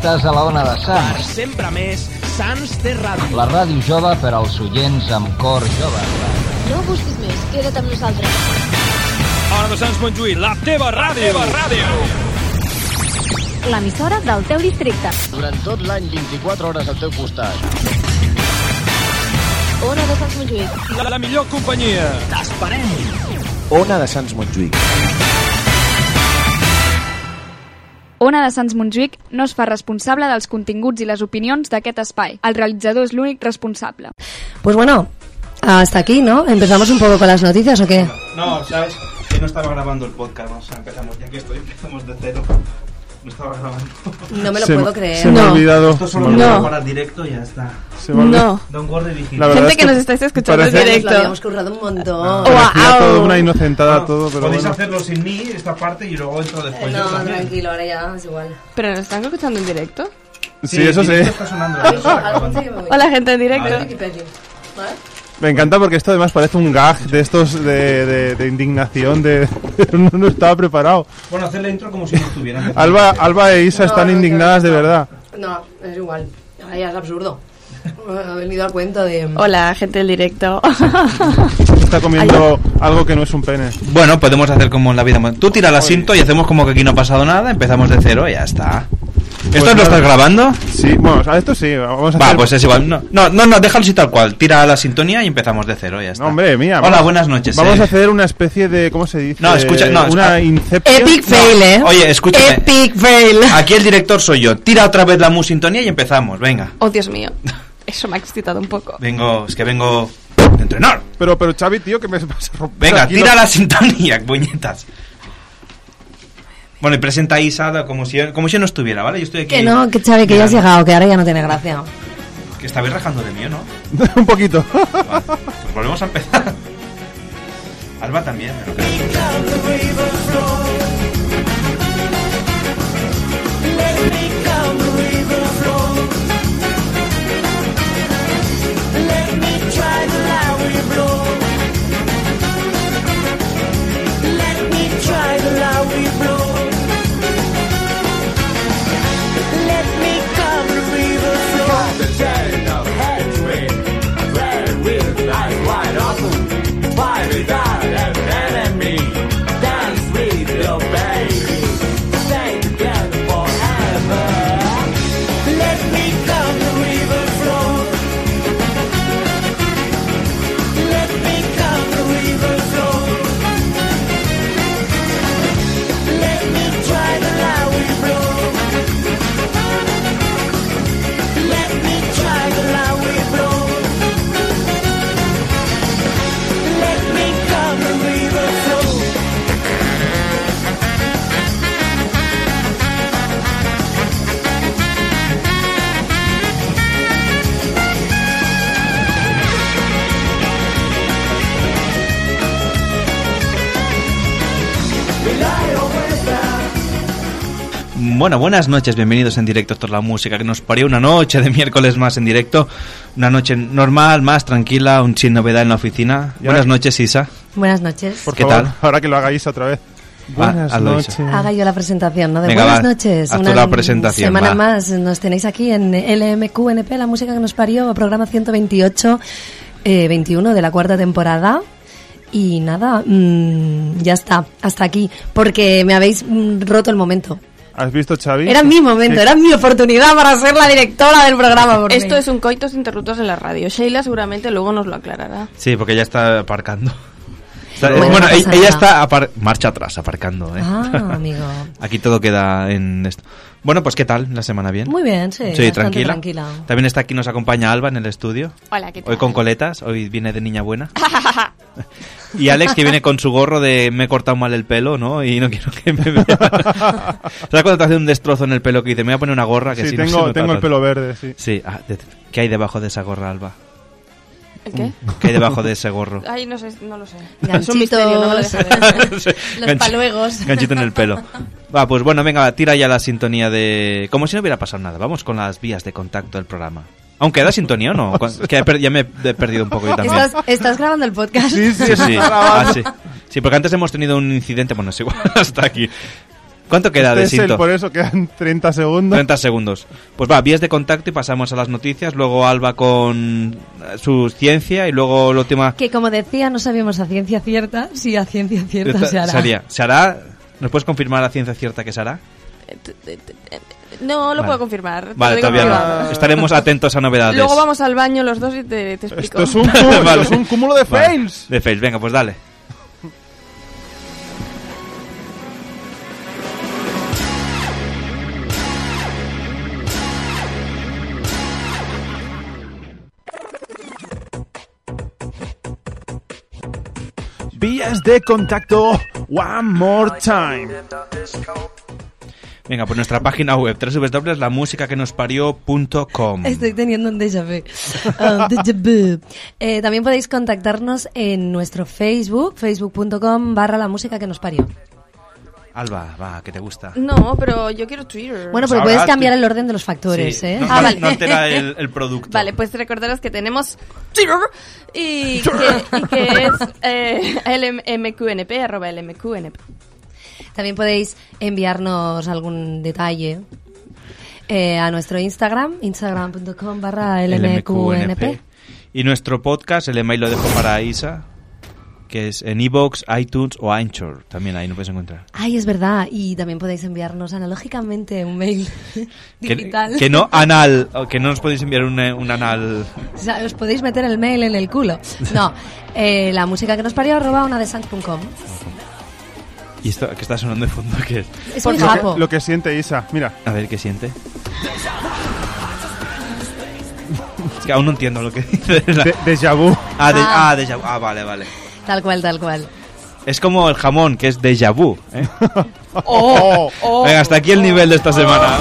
Estàs a la Ona de Sants. Per sempre més, Sants té ràdio. La ràdio jove per als oients amb cor jove. No ho busquis més, queda't amb nosaltres. Ona de Sants Montjuïc, la teva ràdio. L'emissora del teu districte. Durant tot l'any, 24 hores al teu costat. Ona de Sants Montjuïc. La millor companyia. T'esperem. Ona de Sants Montjuïc. Ona de Sants Montjuïc no es fa responsable dels continguts i les opinions d'aquest espai. El realitzador és l'únic responsable. Pues bueno, hasta aquí, ¿no? ¿Empezamos un poco con las noticias o qué? No, ¿sabes? Que no estaba grabando el podcast. O sea, empezamos, ya que estoy, empezamos de cero. No estaba grabando. No me lo puedo creer. Se me ha olvidado. Esto solo lo voy para el directo y ya está. No. Don Gordo y Vigil. Gente que nos estáis escuchando en Nos directo. lo habíamos currado un montón. Parecía todo una inocentada, todo, pero podéis bueno. hacerlo sin mí, esta parte, y luego entro después. yo No, también. tranquilo, ahora ya es igual. ¿Pero nos están escuchando en directo? Sí, eso el sí. directo está sonando. Hola, gente en directo. ¿Vale? Me encanta porque esto además parece un gag de estos de indignación, no estaba preparado. Bueno, hacer la intro como si no estuvieran. Alba e Isa están indignadas de verdad. No, es igual. Ahora ya es absurdo. Ha venido a cuenta de... Hola, gente en directo. Está comiendo algo que no es un pene. Bueno, podemos hacer como en la vida. Tú tira el asiento y hacemos como que aquí no ha pasado nada, empezamos de cero y ya está. Pues ¿Esto lo estás grabando? Sí, bueno, a esto sí, vamos a Va, hacer... pues es igual. No, déjalo así tal cual. Tira la sintonía y empezamos de cero, ya está. No, hombre, mía. Hola, buenas noches. Vamos a hacer una especie de... ¿Cómo se dice? No, escucha, no, una inception. Epic fail, ¿eh? Oye, escúchame. Epic fail. Aquí el director soy yo. Tira otra vez la sintonía y empezamos, venga. Oh, Dios mío. Eso me ha excitado un poco. Vengo de entrenar. Pero Xavi, tío, que me vas a romper. Venga, aquí tira la sintonía, puñetas. Bueno, y presenta a Isa como si no estuviera, ¿vale? Yo estoy aquí. Que no, que Xavi, que ya has llegado, que ahora ya no tiene gracia. Que estabais rajando de mí, ¿o no? Un poquito. Vale, pues volvemos a empezar. Alba también, pero Bueno, buenas noches, bienvenidos en directo. Esto es la música que nos parió, una noche de miércoles más en directo. Una noche normal, más tranquila, sin novedad en la oficina. Buenas noches, Isa. Buenas noches. Por ¿Qué favor, tal? ahora que lo hagáis otra vez. Buenas hazlo, noches. Isa. Haga yo la presentación, ¿no? De Venga, buenas va, noches. haz tú la presentación, semana va. más. Nos tenéis aquí en LMQNP, la música que nos parió, programa 128, 21 de la cuarta temporada. Y nada, ya está, hasta aquí. Porque me habéis roto el momento. ¿Has visto, Xavi? Era mi momento, era mi oportunidad para ser la directora del programa. Por Esto fin. es un coitos interruptos en la radio. Sheila seguramente luego nos lo aclarará. Sí, porque ella está aparcando. Bueno, Bueno, no pasa ella nada. está marcha atrás, aparcando. Ah, amigo. Aquí todo queda en esto. Bueno, pues ¿qué tal? ¿La semana bien? Muy bien, sí. Sí, bastante tranquila. También está aquí, nos acompaña Alba en el estudio. Hola, ¿qué tal? Hoy con coletas, hoy viene de niña buena. Y Alex, que viene con su gorro de me he cortado mal el pelo, ¿no? Y no quiero que me vea. ¿Sabes cuando te hace un destrozo en el pelo que dice, me voy a poner una gorra? Que Sí, si no se nota tengo el tanto? pelo verde, sí. Sí, ¿qué hay debajo de esa gorra, Alba? ¿El qué? ¿Qué hay debajo de ese gorro? Ay, no sé, no lo sé. Ganchitos. Es un misterio, no me lo dejaré. Sí, Los paluegos. Ganchito en el pelo. Va, pues bueno, venga, tira ya la sintonía de... Como si no hubiera pasado nada. Vamos con las vías de contacto del programa. ¿Aunque da sintonía o no? Que ya me he perdido un poco yo también. ¿Estás grabando el podcast? Sí, Sí. Ah, sí. Sí, porque antes hemos tenido un incidente... Bueno, es igual, hasta aquí. ¿Cuánto queda de Sinto? Por eso quedan 30 segundos. 30 segundos. Pues va, vías de contacto y pasamos a las noticias. Luego Alba con su ciencia y luego la última... Que como decía, no sabíamos a ciencia cierta si a ciencia cierta se hará. ¿Se hará? ¿Nos puedes confirmar a ciencia cierta que se hará? No lo puedo confirmar. Vale, todavía no. Estaremos atentos a novedades. Luego vamos al baño los dos y te explico. Esto es un cúmulo, vale. Esto es un cúmulo de fails. De fails, venga, pues dale. Vías de contacto, one more time. Venga, pues nuestra página web, www.lamusicaquenosparió.com. Estoy teniendo un déjà vu. También podéis contactarnos en nuestro Facebook, facebook.com/lamusicaquenosparió. Alba, va, que te gusta. No, pero yo quiero Twitter. Bueno, pero puedes cambiar el orden de los factores, sí. ¿eh? No, vale. No altera el producto. Vale, pues recordaros que tenemos Twitter y que es lmqnp, @lmqnp. También podéis enviarnos algún detalle a nuestro instagram.com/lmqnp. Y nuestro podcast, el email lo dejo para Isa, que es en iVoox, iTunes o Anchor. También ahí nos puedes encontrar. Ay, es verdad. Y también podéis enviarnos analógicamente un mail digital. Que no anal, que no nos podéis enviar un anal. O sea, os podéis meter el mail en el culo. No, la música que nos parió @onadesans.com. ¿Y esto que está sonando de fondo qué es? Es muy guapo. Lo que siente Isa, mira. A ver, ¿qué siente? Es que aún no entiendo lo que dice. Déjà vu. Déjà vu. Ah, vale. Tal cual. Es como el jamón, que es déjà vu, ¿eh? Oh. Venga, hasta aquí el nivel de esta semana.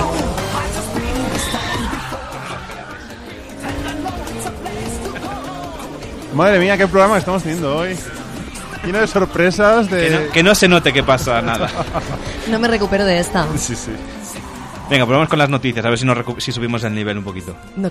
Madre mía, qué programa estamos teniendo hoy. Lleno de sorpresas, Que no se note que pasa nada. No me recupero de esta. Sí. Venga, pues vamos con las noticias, a ver si subimos el nivel un poquito. No.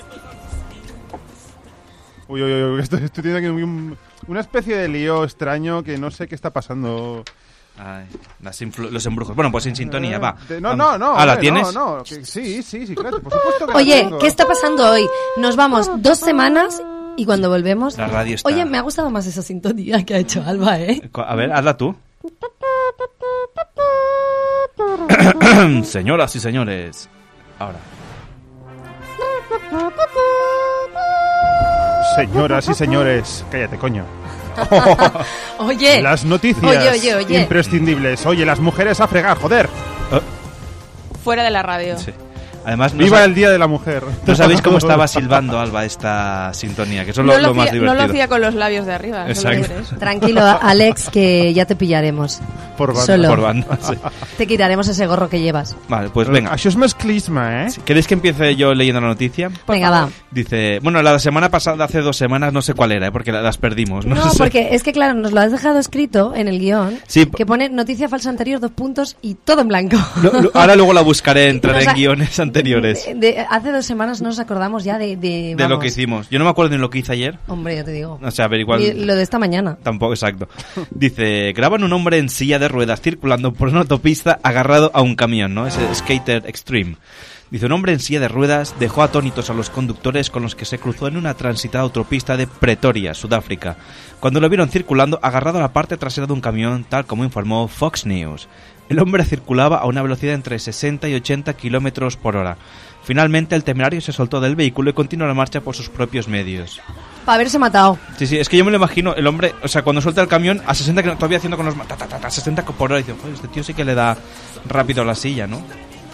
Uy, estoy teniendo aquí una especie de lío extraño que no sé qué está pasando. Ay, los embrujos. Bueno, pues sin sintonía, va. No. ¿Ah, la tienes? No. Sí, claro, por supuesto que Oye, la tengo. ¿qué está pasando hoy? Nos vamos 2 semanas y cuando volvemos... La radio está... Oye, me ha gustado más esa sintonía que ha hecho Alba, ¿eh? A ver, hazla tú. Señoras y señores, ahora. Señoras y señores, cállate, coño. Oye. Las noticias Oye. imprescindibles. Oye, las mujeres a fregar, joder. Fuera de la radio. Sí. Además, ¡Viva el Día de la Mujer! No sabéis cómo estaba silbando Alba esta sintonía, que eso es lo más divertido. No lo hacía con los labios de arriba. Exacto. Tranquilo, Alex, que ya te pillaremos. Por banda. Solo. Por banda, sí. Te quitaremos ese gorro que llevas. Vale, pues venga. Això es masclisme, ¿eh? ¿Queréis que empiece yo leyendo la noticia? Venga, va. Dice, bueno, la semana pasada, hace 2 semanas, no sé cuál era, porque las perdimos. No, porque es que, claro, nos lo has dejado escrito en el guión, sí, que pone noticia falsa anterior, 2 puntos y todo en blanco. Ahora luego la buscaré, entraré en guiones anteriores. Hace 2 semanas no nos acordamos ya de lo que hicimos. Yo no me acuerdo ni lo que hice ayer. Hombre, ya te digo. O sea, a ver, igual... Lo de esta mañana. Tampoco, exacto. Dice, graban un hombre en silla de ruedas circulando por una autopista agarrado a un camión, ¿no? Es Skater Extreme. Dice, un hombre en silla de ruedas dejó atónitos a los conductores con los que se cruzó en una transitada autopista de Pretoria, Sudáfrica, cuando lo vieron circulando agarrado a la parte trasera de un camión, tal como informó Fox News. El hombre circulaba a una velocidad entre 60 y 80 kilómetros por hora. Finalmente, el temerario se soltó del vehículo y continuó la marcha por sus propios medios. Para haberse matado. Sí, es que yo me lo imagino, el hombre, o sea, cuando suelta el camión, a 60, todavía haciendo con los... 60 por hora, y dice, joder, este tío sí que le da rápido a la silla, ¿no?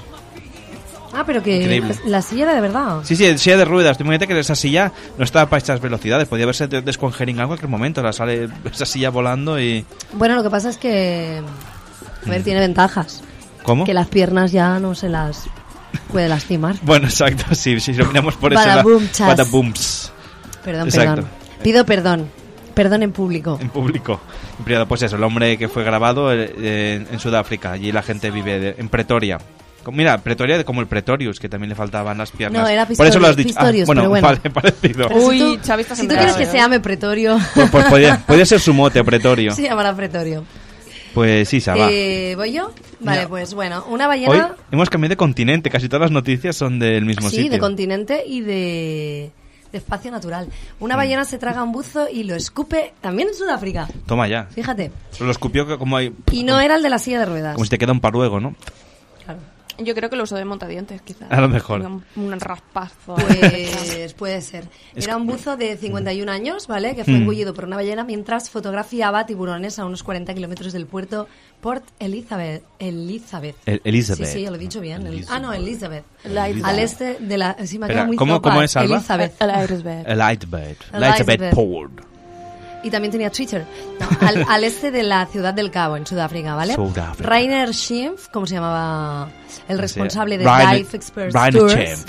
Ah, pero que increíble. La silla era de verdad. Sí, silla de ruedas. Imagínate que esa silla no estaba para estas velocidades. Podía haberse descongeringado en cualquier momento. La sale esa silla volando y... Bueno, lo que pasa es que... A ver, tiene ventajas. ¿Cómo? Que las piernas ya no se las puede lastimar. Bueno, exacto, sí, si lo miramos por eso. Badabumchas. Perdón. Pido perdón. Perdón en público. En público. En privado, pues eso, el hombre que fue grabado en Sudáfrica. Allí la gente vive en Pretoria. Mira, Pretoria como el Pretorius, que también le faltaban las piernas. No, era Pistorius. Por eso lo has dicho. Pistorius, bueno, pero bueno. Vale, parecido. Uy, Xavi está si tú quieres que se llame Pretorio. Pues podría ser su mote, Pretorio. Se llamará Pretorio. Pues sí, Saba. ¿Voy yo? Vale, No. pues bueno, una Hoy ballena... hemos cambiado de continente, casi todas las noticias son del mismo Sí, sitio. de continente y de espacio natural. Una ballena se traga un buzo y lo escupe también en Sudáfrica. Toma ya. Fíjate. Lo escupió como hay... Y no era el de la silla de ruedas. Como si te queda un paruego, ¿no? Claro. Yo creo que lo usó de montadientes, quizás. A lo mejor. Un raspazo. Pues puede ser. Era un buzo de 51 años, ¿vale? Que fue engullido por una ballena mientras fotografiaba tiburones a unos 40 kilómetros del puerto Port Elizabeth. Elizabeth. Elizabeth. Sí, lo he dicho bien. No, Elizabeth. Elizabeth. Al este de la... Sí, me ha Espera, quedado muy ¿cómo zopa. es, Alba? Elizabeth. Elizabeth. Elizabeth Port. Y también tenía Twitter. No, al este de la ciudad del Cabo, en Sudáfrica, ¿vale? Sudáfrica. Rainer Schimpf, ¿cómo se llamaba? El responsable de Rainer- Dive Experts Rainer Tours. Schimpf.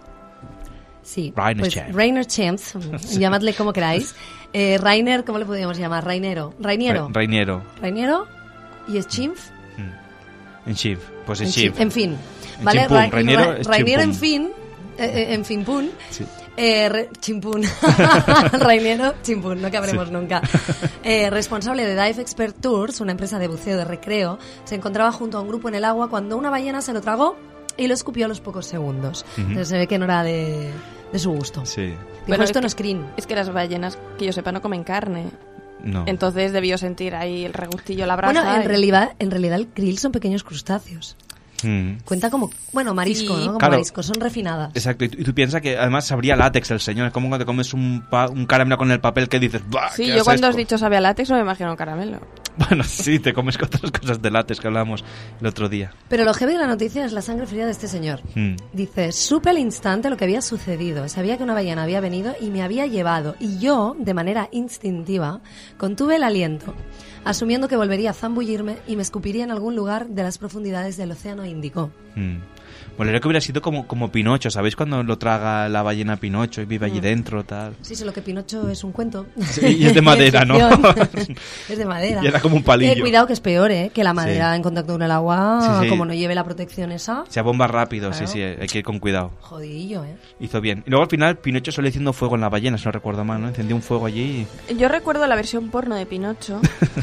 Sí, Rainer pues Schimpf. Rainer Schimpf, llamadle como queráis. Rainer, ¿cómo le podríamos llamar? Rainiero. Rainiero. Rainiero y Schimpf. En Chief. Pues En es Chief. Chi- En fin. En ¿Vale? chimpún, Rainiero es Rainiero en chimpún. fin. En fin, pun. Sí. Chimpún. Rainiero, chimpún, no cabremos Sí. nunca. Responsable de Dive Expert Tours, una empresa de buceo de recreo, se encontraba junto a un grupo en el agua cuando una ballena se lo tragó y lo escupió a los pocos segundos. Entonces se ve que no era de su gusto. Sí. Dijo, Bueno, esto es no es crin. Es que las ballenas, que yo sepa, no comen carne. No. Entonces debió sentir ahí el regustillo, la brasa. Bueno, y- en realidad el krill son pequeños crustáceos. Cuenta como, bueno, marisco, Sí. ¿no? Como Claro. marisco, son refinadas. Exacto, y tú piensas que además sabría látex el señor. Es como cuando te comes un caramelo con el papel que dices, ¡bah! Sí, qué yo cuando has asco". dicho sabe a látex no me imagino un caramelo. Bueno, sí, te comes otras cosas de látex que hablábamos el otro día. Pero lo heavy de la noticia es la sangre fría de este señor. Dice, supe al instante lo que había sucedido. Sabía que una ballena había venido y me había llevado. Y yo, de manera instintiva, contuve el aliento, asumiendo que volvería a zambullirme y me escupiría en algún lugar de las profundidades del Océano Índico. Bueno, creo que hubiera sido como Pinocho, ¿sabéis? Cuando lo traga la ballena Pinocho y vive allí dentro, tal. Sí, solo que Pinocho es un cuento. Sí, y es de madera, ¿no? Ficción. Es de madera. Y era como un palillo. Cuidado que es peor, que la madera Sí. en contacto con el agua, Sí, sí. como no lleve la protección esa. Se abomba rápido, Claro. sí, hay que ir con cuidado. Jodidillo, Hizo bien. Y luego al final Pinocho salió haciendo fuego en la ballena, si no recuerdo mal, ¿no? Encendió un fuego allí y... Yo recuerdo la versión porno de Pinocho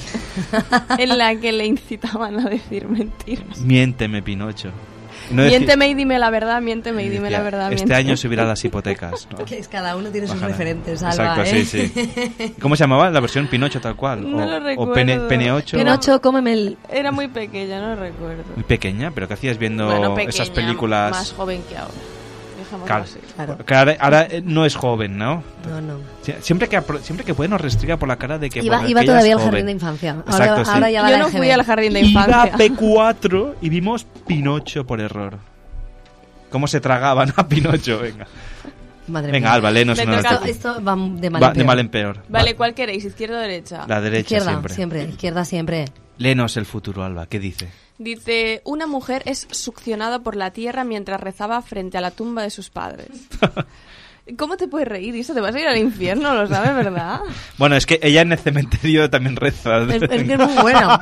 en la que le incitaban a decir mentiras. Miénteme, Pinocho. Y no decir- Miénteme y dime la verdad, miénteme y dime decía, la verdad. Este miénteme. año subirá las hipotecas, ¿no? Que es cada uno tiene sus Bájala. referentes, Alba, Exacto, sí. ¿Cómo se llamaba la versión Pinocho tal cual? No o, lo o recuerdo. Pene 8. Pinocho, cómeme el... Era muy pequeña, no recuerdo. Muy pequeña, pero ¿qué hacías viendo Bueno, pequeña, esas películas? más joven que ahora. Dejémoslo Claro. así. Claro. Que ahora no es joven, ¿no? No. Siempre que puede nos restriga por la cara de que Iba bueno, que ella todavía es al jardín joven. de infancia. Exacto, Ahora, sí. ahora ya va Yo la no EGB. fui al jardín de Iba infancia. a P4 y vimos Pinocho por error. ¿Cómo se tragaban a Pinocho? Venga, Madre venga mía. Alba, léenos Me una toca- noticia. Esto va de mal Va en de peor. mal en peor. Vale, Va- ¿cuál queréis? ¿Izquierda o derecha? La derecha Izquierda, siempre. izquierda siempre. Léenos el futuro, Alba. ¿Qué dice? Dice, una mujer es succionada por la tierra mientras rezaba frente a la tumba de sus padres. ¿Cómo te puedes reír? Eso te vas a ir al infierno, lo sabes, ¿verdad? Bueno, es que ella en el cementerio también reza. Es que es muy bueno.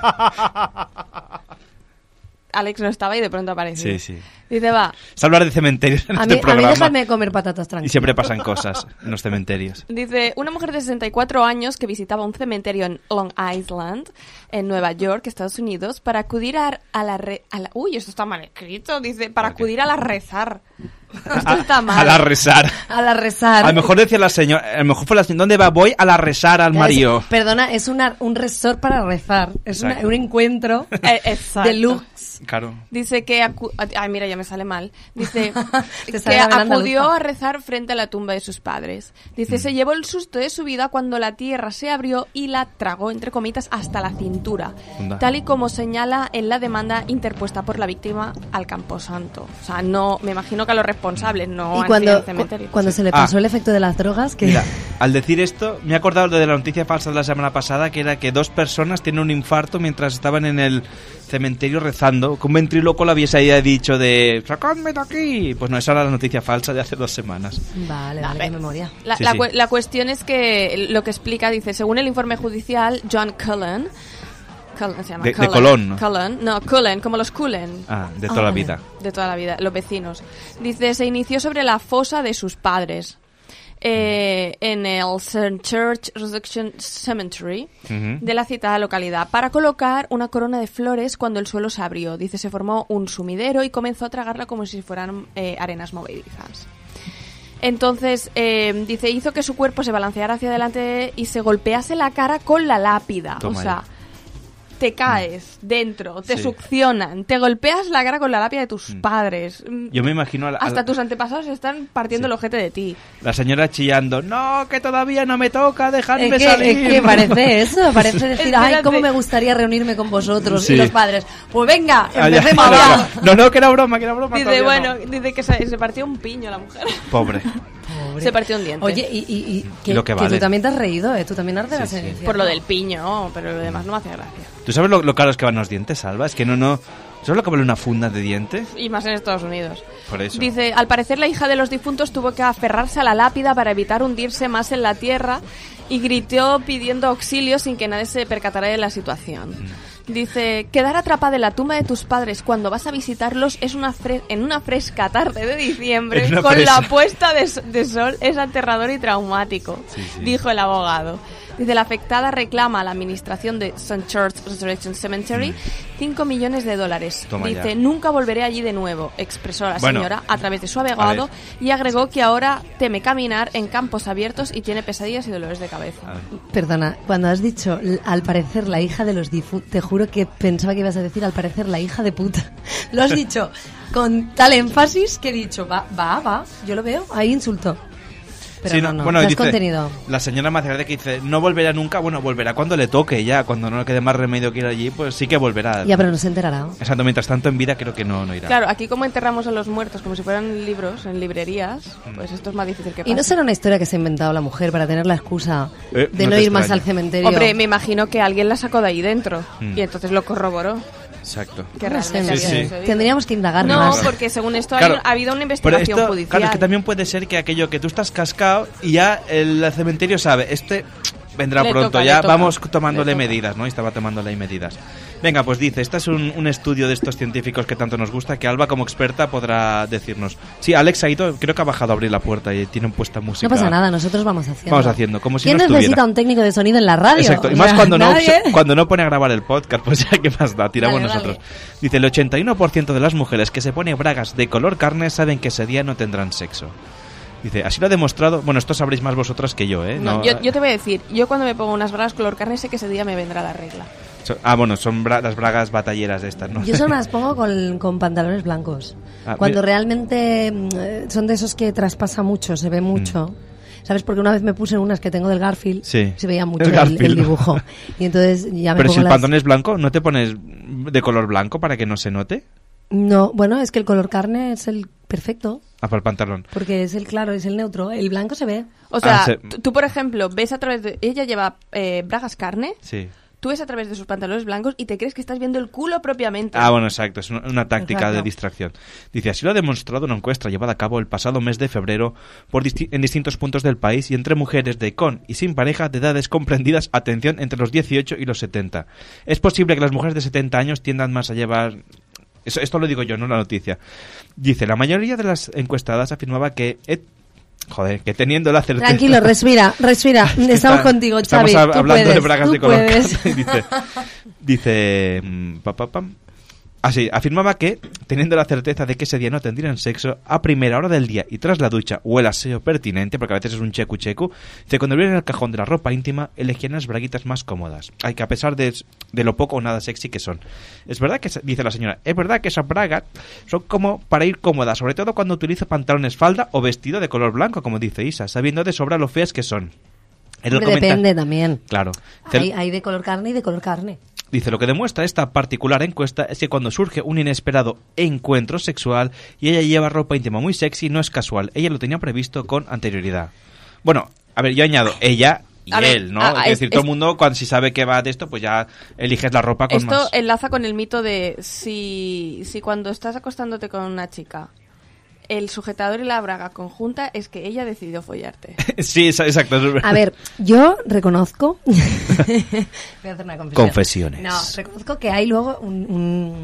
Alex no estaba y de pronto apareció. Sí, sí. Dice, va. Es hablar de cementerios en A este mí programa. déjame comer patatas Y tranquilas. siempre pasan cosas en los cementerios. Dice, una mujer de 64 años que visitaba un cementerio en Long Island, en Nueva York, Estados Unidos, para acudir a la... Uy, esto está mal escrito. Dice, para acudir a la rezar. Esto está mal. A la rezar. A la rezar. A lo mejor decía la señora, a lo mejor fue la señora, ¿dónde va? Voy a la rezar al Mario. Perdona, es un resort para rezar. Es Exacto. un encuentro Exacto. deluxe. Claro. Dice que... Ay, mira, ya me sale mal. Dice Te que sale la vela acudió andaluza. a rezar frente a la tumba de sus padres. Dice, se llevó el susto de su vida cuando la tierra se abrió y la tragó, entre comitas, hasta la cintura. Anda. Tal y como señala en la demanda interpuesta por la víctima al Camposanto. O sea, no, me imagino que a los responsables, no Y han sido cuando, al cementerio. cuando se le pasó el efecto de las drogas, que Mira, al decir esto, me he acordado de la noticia falsa de la semana pasada, que era que 2 personas tienen un infarto mientras estaban en el cementerio rezando. Que un ventríloco le hubiese ahí dicho de ¡sacadme de aquí! Pues no, esa era la noticia falsa de hace 2 semanas. Vale, A vale, ver. qué memoria. La, Sí, la sí. cu- la cuestión es que lo que explica, dice, según el informe judicial, John Cullen se llama De Cullen. Colón, ¿no? Cullen, como los Cullen. Ah, de toda la vida. De toda la vida, los vecinos. Dice, se inició sobre la fosa de sus padres. en el St. Church Resurrection Cemetery de la citada localidad para colocar una corona de flores cuando el suelo se abrió. Dice, se formó un sumidero y comenzó a tragarla como si fueran arenas movedizas. Entonces, dice, hizo que su cuerpo se balanceara hacia adelante y se golpease la cara con la lápida. Toma o sea, te caes dentro, te succionan, te golpeas la cara con la lápida de tus padres. Yo me imagino... Hasta tus antepasados están partiendo el ojete de ti. La señora chillando, no, que todavía no me toca, dejadme salir. Es que parece eso, parece decir, ay, cómo me gustaría reunirme con vosotros. Y los padres, pues venga, empecemos ya. No, que era broma, Dice, bueno, dice que se partió un piño la mujer. Pobre. Se partió un diente. Oye, y que vale. tú también te has reído, ¿eh? Tú también has de la sentencia. Por lo del piño, pero lo demás no me hace gracia. ¿Tú sabes lo caros que van los dientes, Alba? Es que no... ¿Sabes lo que vale una funda de diente? Y más en Estados Unidos. Por eso. Dice, al parecer la hija de los difuntos tuvo que aferrarse a la lápida para evitar hundirse más en la tierra y gritó pidiendo auxilio sin que nadie se percatara de la situación. Dice, quedar atrapada en la tumba de tus padres cuando vas a visitarlos es en una fresca tarde de diciembre con la puesta de sol es aterrador y traumático, dijo el abogado. Dice, la afectada reclama a la administración de St. Church Resurrection Cemetery $5 millones. Toma Dice, ya. nunca volveré allí de nuevo, expresó la señora a través de su abogado y agregó que ahora teme caminar en campos abiertos y tiene pesadillas y dolores de cabeza. Perdona, cuando has dicho, al parecer la hija de los difuntos, te juro que pensaba que ibas a decir, al parecer la hija de puta. Lo has dicho con tal énfasis que he dicho, va, yo lo veo, ahí insulto. Pero Sí, no, bueno, ¿qué has dice, contenido? la señora más grande que dice, no volverá nunca, bueno, volverá cuando le toque ya, cuando no le quede más remedio que ir allí, pues sí que volverá. Ya, pero no se enterará. Exacto, mientras tanto en vida creo que no irá. Claro, aquí como enterramos a los muertos como si fueran libros en librerías, pues esto es más difícil que pase. Y no será una historia que se ha inventado la mujer para tener la excusa de no no te ir más extraña. al cementerio. Hombre, me imagino que alguien la sacó de ahí dentro y entonces lo corroboró. Exacto. Que No sé, realmente sí, había sí. sucedido. Tendríamos que indagar No, más. porque según esto Claro, ha habido una Pero investigación esto, judicial. claro, es que también puede ser que aquello que tú estás cascado y ya el cementerio sabe, vendrá Le pronto, toca, ya le toca. vamos tomándole Le toca. medidas, ¿no? Y estaba tomándole ahí medidas. Venga, pues dice, este es un estudio de estos científicos que tanto nos gusta, que Alba como experta podrá decirnos. Sí, Alex ha ido, creo que ha bajado a abrir la puerta y tiene puesta música. No pasa nada, nosotros vamos haciendo. Vamos haciendo, como si ¿Quién no estuviera. necesita un técnico de sonido en la radio? Exacto, y O más sea, cuando nadie. cuando no pone a grabar el podcast, pues ya que más da, tiramos Dale, nosotros. dale. Dice, el 81% de las mujeres que se pone bragas de color carne saben que ese día no tendrán sexo. Dice, así lo ha demostrado, bueno, esto sabréis más vosotras que yo, ¿eh? No, yo te voy a decir, yo cuando me pongo unas bragas color carne sé que ese día me vendrá la regla. Bueno, son las bragas batalleras de estas, ¿no? Yo solo me las pongo con pantalones blancos. Ah, Cuando mira. realmente son de esos que traspasa mucho, se ve mucho. ¿Sabes? Porque una vez me puse unas que tengo del Garfield, Sí. se veía mucho El Garfield. el dibujo. Y entonces ya me Pero pongo si el las... pantón es blanco, ¿no te pones de color blanco para que no se note? No, bueno, es que el color carne es el perfecto, Ah, para el pantalón. porque es el claro, es el neutro. El blanco se ve. O sea, se- tú por ejemplo, ves a través de... Ella lleva bragas carne, Sí. tú ves a través de sus pantalones blancos y te crees que estás viendo el culo propiamente. Ah, bueno, exacto, es una táctica Exacto. de distracción. Dice, así lo ha demostrado una encuesta llevada a cabo el pasado mes de febrero en distintos puntos del país y entre mujeres de con y sin pareja de edades comprendidas, atención, entre los 18 y los 70. Es posible que las mujeres de 70 años tiendan más a llevar... Esto lo digo yo, no la noticia. Dice, la mayoría de las encuestadas afirmaba que... que teniendo la certeza... Tranquilo, respira. Estamos contigo, Xavi. Estamos Tú hablando puedes, de bragas tú de color puedes. carne. Dice así, afirmaba que, teniendo la certeza de que ese día no tendrían sexo, a primera hora del día y tras la ducha o el aseo pertinente, porque a veces es un checu, dice, cuando abrieran el cajón de la ropa íntima, elegían las braguitas más cómodas. Hay que, a pesar de lo poco o nada sexy que son. Es verdad que, dice la señora, es verdad que esas bragas son como para ir cómodas, sobre todo cuando utiliza pantalones falda o vestido de color blanco, como dice Isa, sabiendo de sobra lo feas que son. Hombre, depende también. Claro. Hay de color carne y de color carne. Dice, lo que demuestra esta particular encuesta es que cuando surge un inesperado encuentro sexual y ella lleva ropa íntima muy sexy, no es casual. Ella lo tenía previsto con anterioridad. Bueno, a ver, yo añado ella y A ver, él, ¿no? Es decir, todo el mundo, si sabe que va de esto, pues ya eliges la ropa con Esto más... enlaza con el mito de si cuando estás acostándote con una chica, el sujetador y la braga conjunta, es que ella decidió follarte. Sí, exacto. A ver, yo reconozco... Voy a hacer una confesión. Confesiones. No, reconozco que hay luego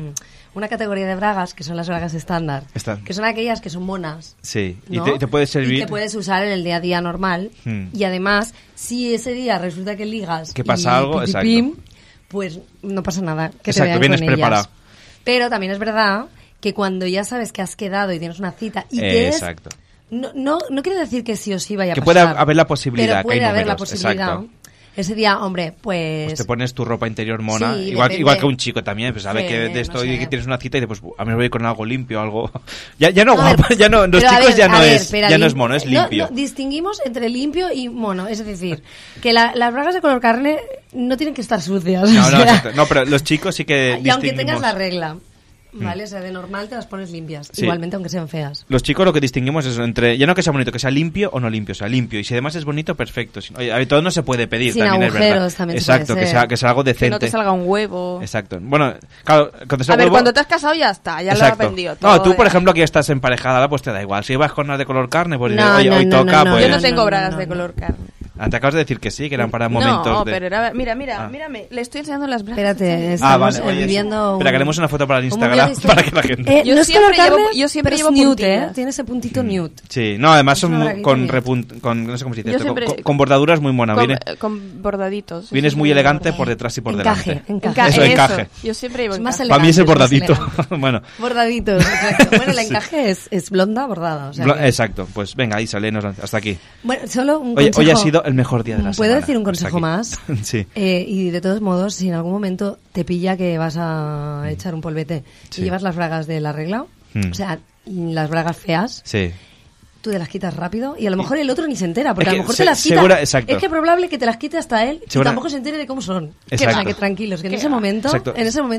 una categoría de bragas que son las bragas estándar, que son aquellas que son monas. Sí, ¿no? y te puedes servir. Y que puedes usar en el día a día normal. Y además, si ese día resulta que ligas que pasa algo, pitipim, pues no pasa nada. Que te vean vienes con preparado. ellas. Pero también es verdad que cuando ya sabes que has quedado y tienes una cita y que exacto. No quiere decir que sí o sí vaya a que pasar. Que puede haber la posibilidad. Pero puede que hay haber la números, posibilidad. exacto. Ese día, hombre, pues te pones tu ropa interior mona, sí, igual que un chico también, pues sabe sí, que de esto no sé. y que tienes una cita y dices, pues a mí me voy con algo limpio, algo... ya no a ver, guapo, ya no, los pero chicos ya no espera, es mono, es limpio. No, distinguimos entre limpio y mono, es decir, que las bragas de color carne no tienen que estar sucias. No, o sea, exacto. No, pero los chicos sí que y aunque distinguimos. tengas la regla, ¿vale? O sea, de normal te las pones limpias, Sí. igualmente aunque sean feas. Los chicos lo que distinguimos es entre, ya no que sea bonito, que sea limpio o no limpio, o sea, limpio. Y si además es bonito, perfecto. Oye, a ver, todo no se puede pedir, Sin también agujeros, es verdad. también Exacto, puede ser. que sea algo decente. Que no te salga un huevo. Exacto. Bueno, claro, cuando sea A ver, huevo... cuando te has casado ya está, ya lo has aprendido todo. No, tú, por ya. ejemplo, que ya estás emparejada, pues te da igual. Si vas con las de color carne, pues No, oye, no, hoy no, toca, no, pues... Yo no tengo bragas de color carne. Te acabas de decir que sí, que eran para momentos No, de... pero era... Mírame, le estoy enseñando las bragas. Espérate, estamos vale, oye, viviendo... Espera, que haremos una foto para el un Instagram video de para que la gente... Yo no es siempre color carne, llevo- yo siempre pero es llevo nude, puntillas. tiene ese puntito nude. Sí, no, además Es una son braguita con, nude. con no sé cómo se dice Yo esto, siempre- con bordaduras muy monas. Con bordaditos. Vienes Sí, muy sí, elegante bordado. por detrás y por Encaje, delante. encaje. Eso, encaje. Yo siempre llevo Es más encaje. Para mí es el elegante, es bordadito. más elegante. Bueno, Bordaditos, exacto. Bueno, el encaje es blonda bordada. O sea que- exacto. Pues venga, Isa, léenos hasta aquí. Bueno, solo un Hoy consejo. ha sido el mejor día de la ¿Puedo semana. decir un Hasta consejo aquí. más? Sí. Y de todos modos, si en algún momento te pilla que vas a echar un polvete Sí. y llevas las bragas de la regla, o sea, las bragas feas, Sí. tú te las quitas rápido y a lo mejor el otro ni se entera, porque Es a que lo mejor se- te las quita. segura- exacto. Es que es probable que te las quite hasta él y Segura- tampoco se entere de cómo son. Exacto. Que tranquilos, que en ¿Qué ese va? momento, Exacto.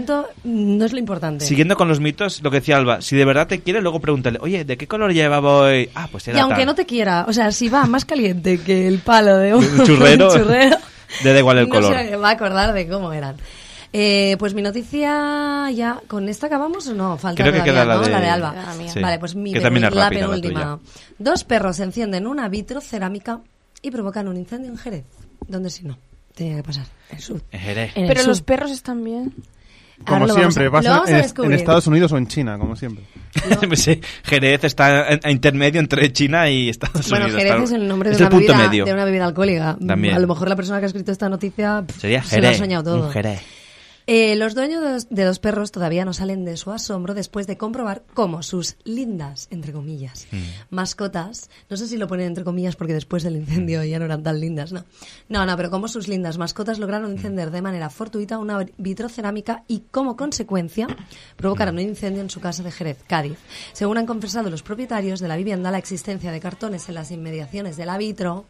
no es lo importante. Siguiendo con los mitos, lo que decía Alba, si de verdad te quiere, luego pregúntale, oye, ¿de qué color llevaba hoy? Ah, pues era Y aunque tal. no te quiera, o sea, si va más caliente que el palo de un Un churrero. churrero, Le da igual el no color. se va a acordar de cómo eran. Pues mi noticia ya, ¿con esta acabamos o no? Falta Creo que todavía, queda la ¿no? de- La de Alba. La mía. Sí. Vale, pues mi Que también es la rápida, la penúltima. Dos perros se encienden una vitrocerámica y provocan un incendio en Jerez. ¿Dónde si no? Tenía que pasar. En el sur. Jerez. En el Pero sur. los perros están bien. Como Ahora lo vamos siempre, a- pasa lo vamos a en descubrir. Estados Unidos o en China, como siempre. Sí, Jerez está a intermedio entre China y Estados Bueno, Unidos. Jerez claro. es el nombre de Es una, el punto bebida, medio. de una bebida alcohólica. También. A lo mejor la persona que ha escrito esta noticia Sería se lo ha Jerez. soñado todo. Un Jerez. Los dueños de dos perros todavía no salen de su asombro después de comprobar cómo sus lindas, entre comillas, mascotas, no sé si lo ponen entre comillas porque después del incendio ya no eran tan lindas, no, pero cómo sus lindas mascotas lograron encender de manera fortuita una vitrocerámica y como consecuencia provocaron un incendio en su casa de Jerez, Cádiz. Según han confesado los propietarios de la vivienda, la existencia de cartones en las inmediaciones de la vitro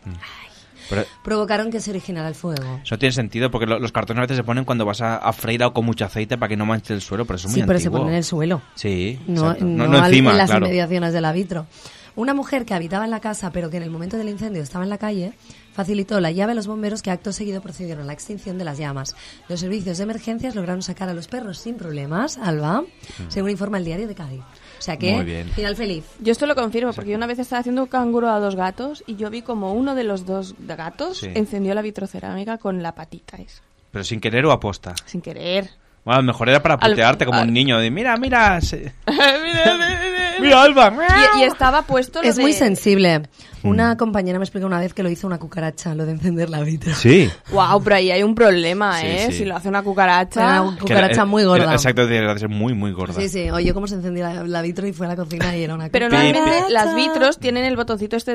Pero provocaron que se originara el fuego. eso no tiene sentido porque los cartones a veces se ponen cuando vas a freír algo con mucho aceite para que no manche el suelo, pero eso es muy Sí, pero se antiguo. ponen en el suelo. Sí, No, exacto. no no encima, en las claro. inmediaciones de la vitro. Una mujer que habitaba en la casa, pero que en el momento del incendio estaba en la calle, facilitó la llave a los bomberos que acto seguido procedieron a la extinción de las llamas. Los servicios de emergencias lograron sacar a los perros sin problemas, Alba, según informa el diario de Cádiz. O sea que, Muy bien. final feliz. Yo esto lo confirmo, porque yo una vez estaba haciendo un canguro a dos gatos y yo vi como uno de los dos gatos Sí. encendió la vitrocerámica con la patita esa. Pero sin querer o aposta. Sin querer. Bueno, a lo mejor era para Al- putearte como al- un niño. De, mira, mira. Mira, Mira, Alba. y estaba puesto lo Es de... muy sensible. Una compañera me explicó una vez que lo hizo una cucaracha, lo de encender la vitro. Sí. Wow, pero ahí hay un problema, Sí, ¿eh? sí. Si lo hace una cucaracha... Una cucaracha muy gorda. Exacto, tiene que ser muy, muy gorda. Sí, sí. Oye, cómo se encendía la vitro y fue a la cocina y era una Pero cucaracha. normalmente las vitros tienen el botoncito este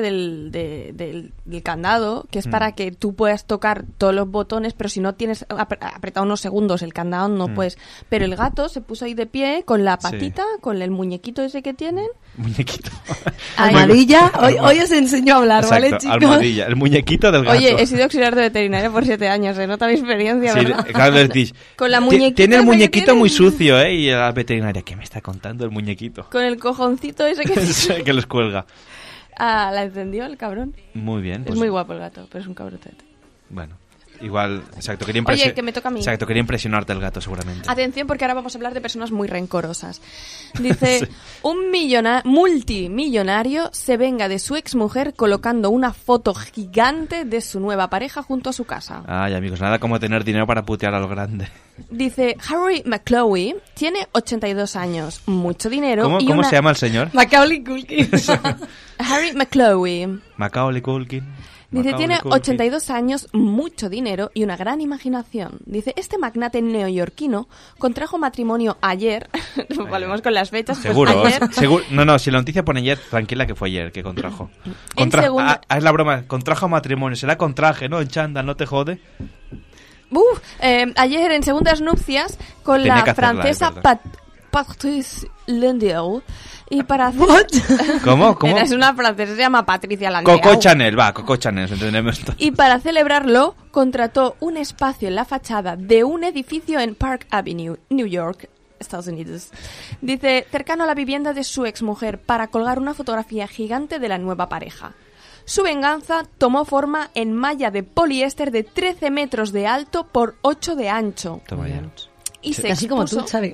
del candado, que es para que tú puedas tocar todos los botones, pero si no tienes apretado unos segundos el candado no puedes. Pero el gato se puso ahí de pie con la patita, con el muñequito ese que tienen. Muñequito. Almohadilla. Hoy os enseño a hablar, Exacto, ¿vale, chicos? almohadilla. El muñequito del gato. Oye, he sido auxiliar de veterinaria por 7 años, se nota mi experiencia, Sí, ¿verdad? claro, les dices, Con la "Ti- muñequita Tiene el esa que muñequito tiene". muy sucio, ¿eh? Y la veterinaria, ¿qué me está contando el muñequito? Con el cojoncito ese que... Que los cuelga. Ah, la encendió el cabrón. Muy bien. Es pues, muy guapo el gato, pero es un cabrotete. Bueno, igual, exacto, quería Oye, que me toca a mí. Exacto, quería impresionarte el gato seguramente. Atención, porque ahora vamos a hablar de personas muy rencorosas. Dice, Sí. un multimillonario se venga de su exmujer colocando una foto gigante de su nueva pareja junto a su casa. Ay, amigos, nada como tener dinero para putear a lo grande. Dice, Harry McCloughy tiene 82 años, mucho dinero ¿Cómo se llama el señor? Macaulay Culkin. Harry McCloughy. Macaulay Culkin. Dice, tiene Culkin. 82 años, mucho dinero y una gran imaginación. Dice, este magnate neoyorquino contrajo matrimonio ayer. Volvemos con las fechas. Seguro. Pues ayer. Seguro. No, si la noticia pone ayer, tranquila que fue ayer que contrajo. Es la broma. Contrajo matrimonio. Será contraje, ¿no? En chándal, no te jode. Ayer en segundas nupcias con Tenía la que hacerla, francesa Patrice Landau. Y para hacer... ¿Cómo? Es una francesa, se llama Patricia Landau. Coco Chanel, entendemos esto. Y para celebrarlo, contrató un espacio en la fachada de un edificio en Park Avenue, New York, Estados Unidos. Dice, cercano a la vivienda de su exmujer, para colgar una fotografía gigante de la nueva pareja. Su venganza tomó forma en malla de poliéster de 13 metros de alto por 8 de ancho. Toma ya. Y se Así como tú, Xavi.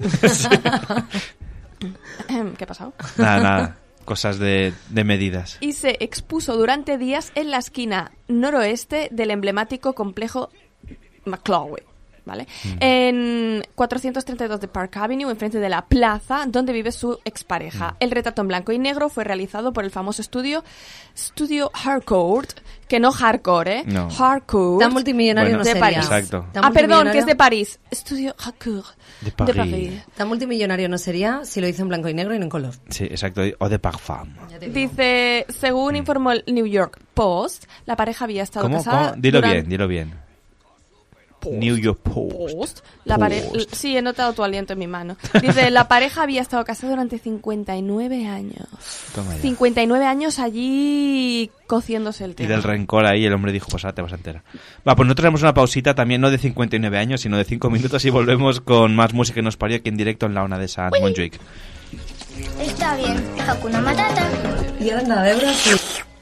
¿Qué ha pasado? Nada. Cosas de medidas. Y se expuso durante días en la esquina noroeste del emblemático complejo McCloughy, ¿vale? En 432 de Park Avenue, enfrente de la plaza donde vive su expareja. El retrato en blanco y negro fue realizado por el famoso estudio Harcourt, que no hardcore, ¿eh? No. Harcourt. Tan multimillonario no de sería. París. Exacto. Perdón, que es de París. Estudio Harcourt De París. Tan multimillonario no sería si lo hizo en blanco y negro y no en color. Sí, exacto. O de parfum. Dice, según informó el New York Post, la pareja había estado ¿Cómo? casada Dilo durante... bien. New York Post. Sí, he notado tu aliento en mi mano. Dice, la pareja había estado casada durante 59 años. Toma ya. 59 años allí cociéndose el Y tema. del rencor ahí el hombre dijo, pues ahora te vas a enterar. Va, pues nosotros tenemos una pausita también, no de 59 años, sino de 5 minutos y volvemos con más música que nos parió aquí en directo en la ONA de San Montjuic. Está bien, Hakuna Matata. Y ahora nada de Brasil.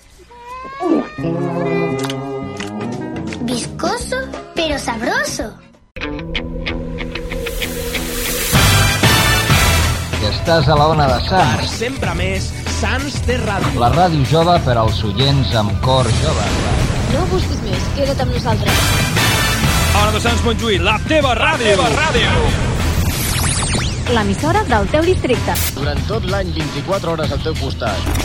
Viscoso, pero sabroso. Que estàs a la ona de Sants. Sempre més Sants té ràdio. La ràdio jove per als oients amb cor jove. No busquis més, queda't amb nosaltres. Ona de Sants Montjuïc, la teva ràdio. L'emissora del teu districte. Durant tot l'any, 24 hores al teu costat.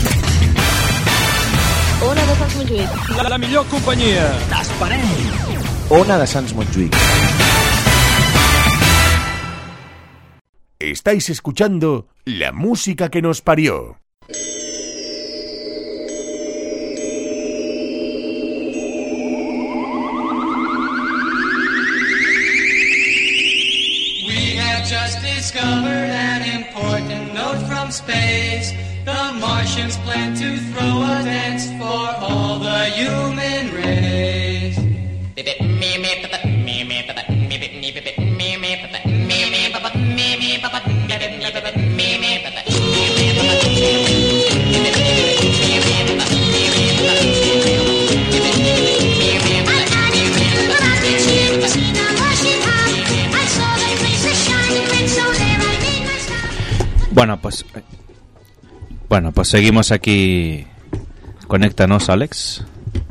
Ona de Sants Montjuïc. La millor companyia. T'esperem. Ona de Sants Montjuïc. Estáis escuchando la música que nos parió. We have just discovered an important note from space. The Martians plan to throw a dance for all the human race. Bueno, pues seguimos aquí. Conéctanos, Alex.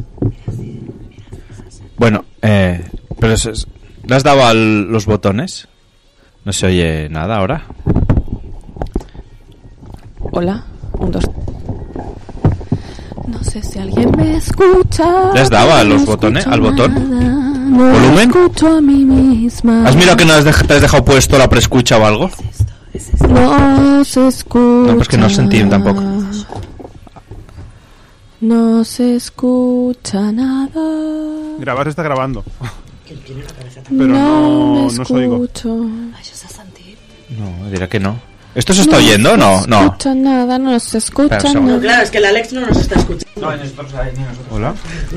Bueno, pero ¿le has dado a los botones? No se oye nada ahora. Hola, 1, 2. No sé si alguien me escucha. ¿Le has dado a los botones? ¿Al botón? No ¿Volumen? escucho a mí misma. ¿Has mirado que no te has dejado puesto la preescucha o algo? No se escucha. No, pues que no sentí tampoco. No se escucha nada. Grabar está grabando. Pero no no os oigo. No, dirá que no. ¿Esto se está oyendo o no? No se escucha nada, no se escucha Espera, nada. No, claro, es que el Alex no nos está escuchando. No, nosotros ahí, ni nosotros. Hola.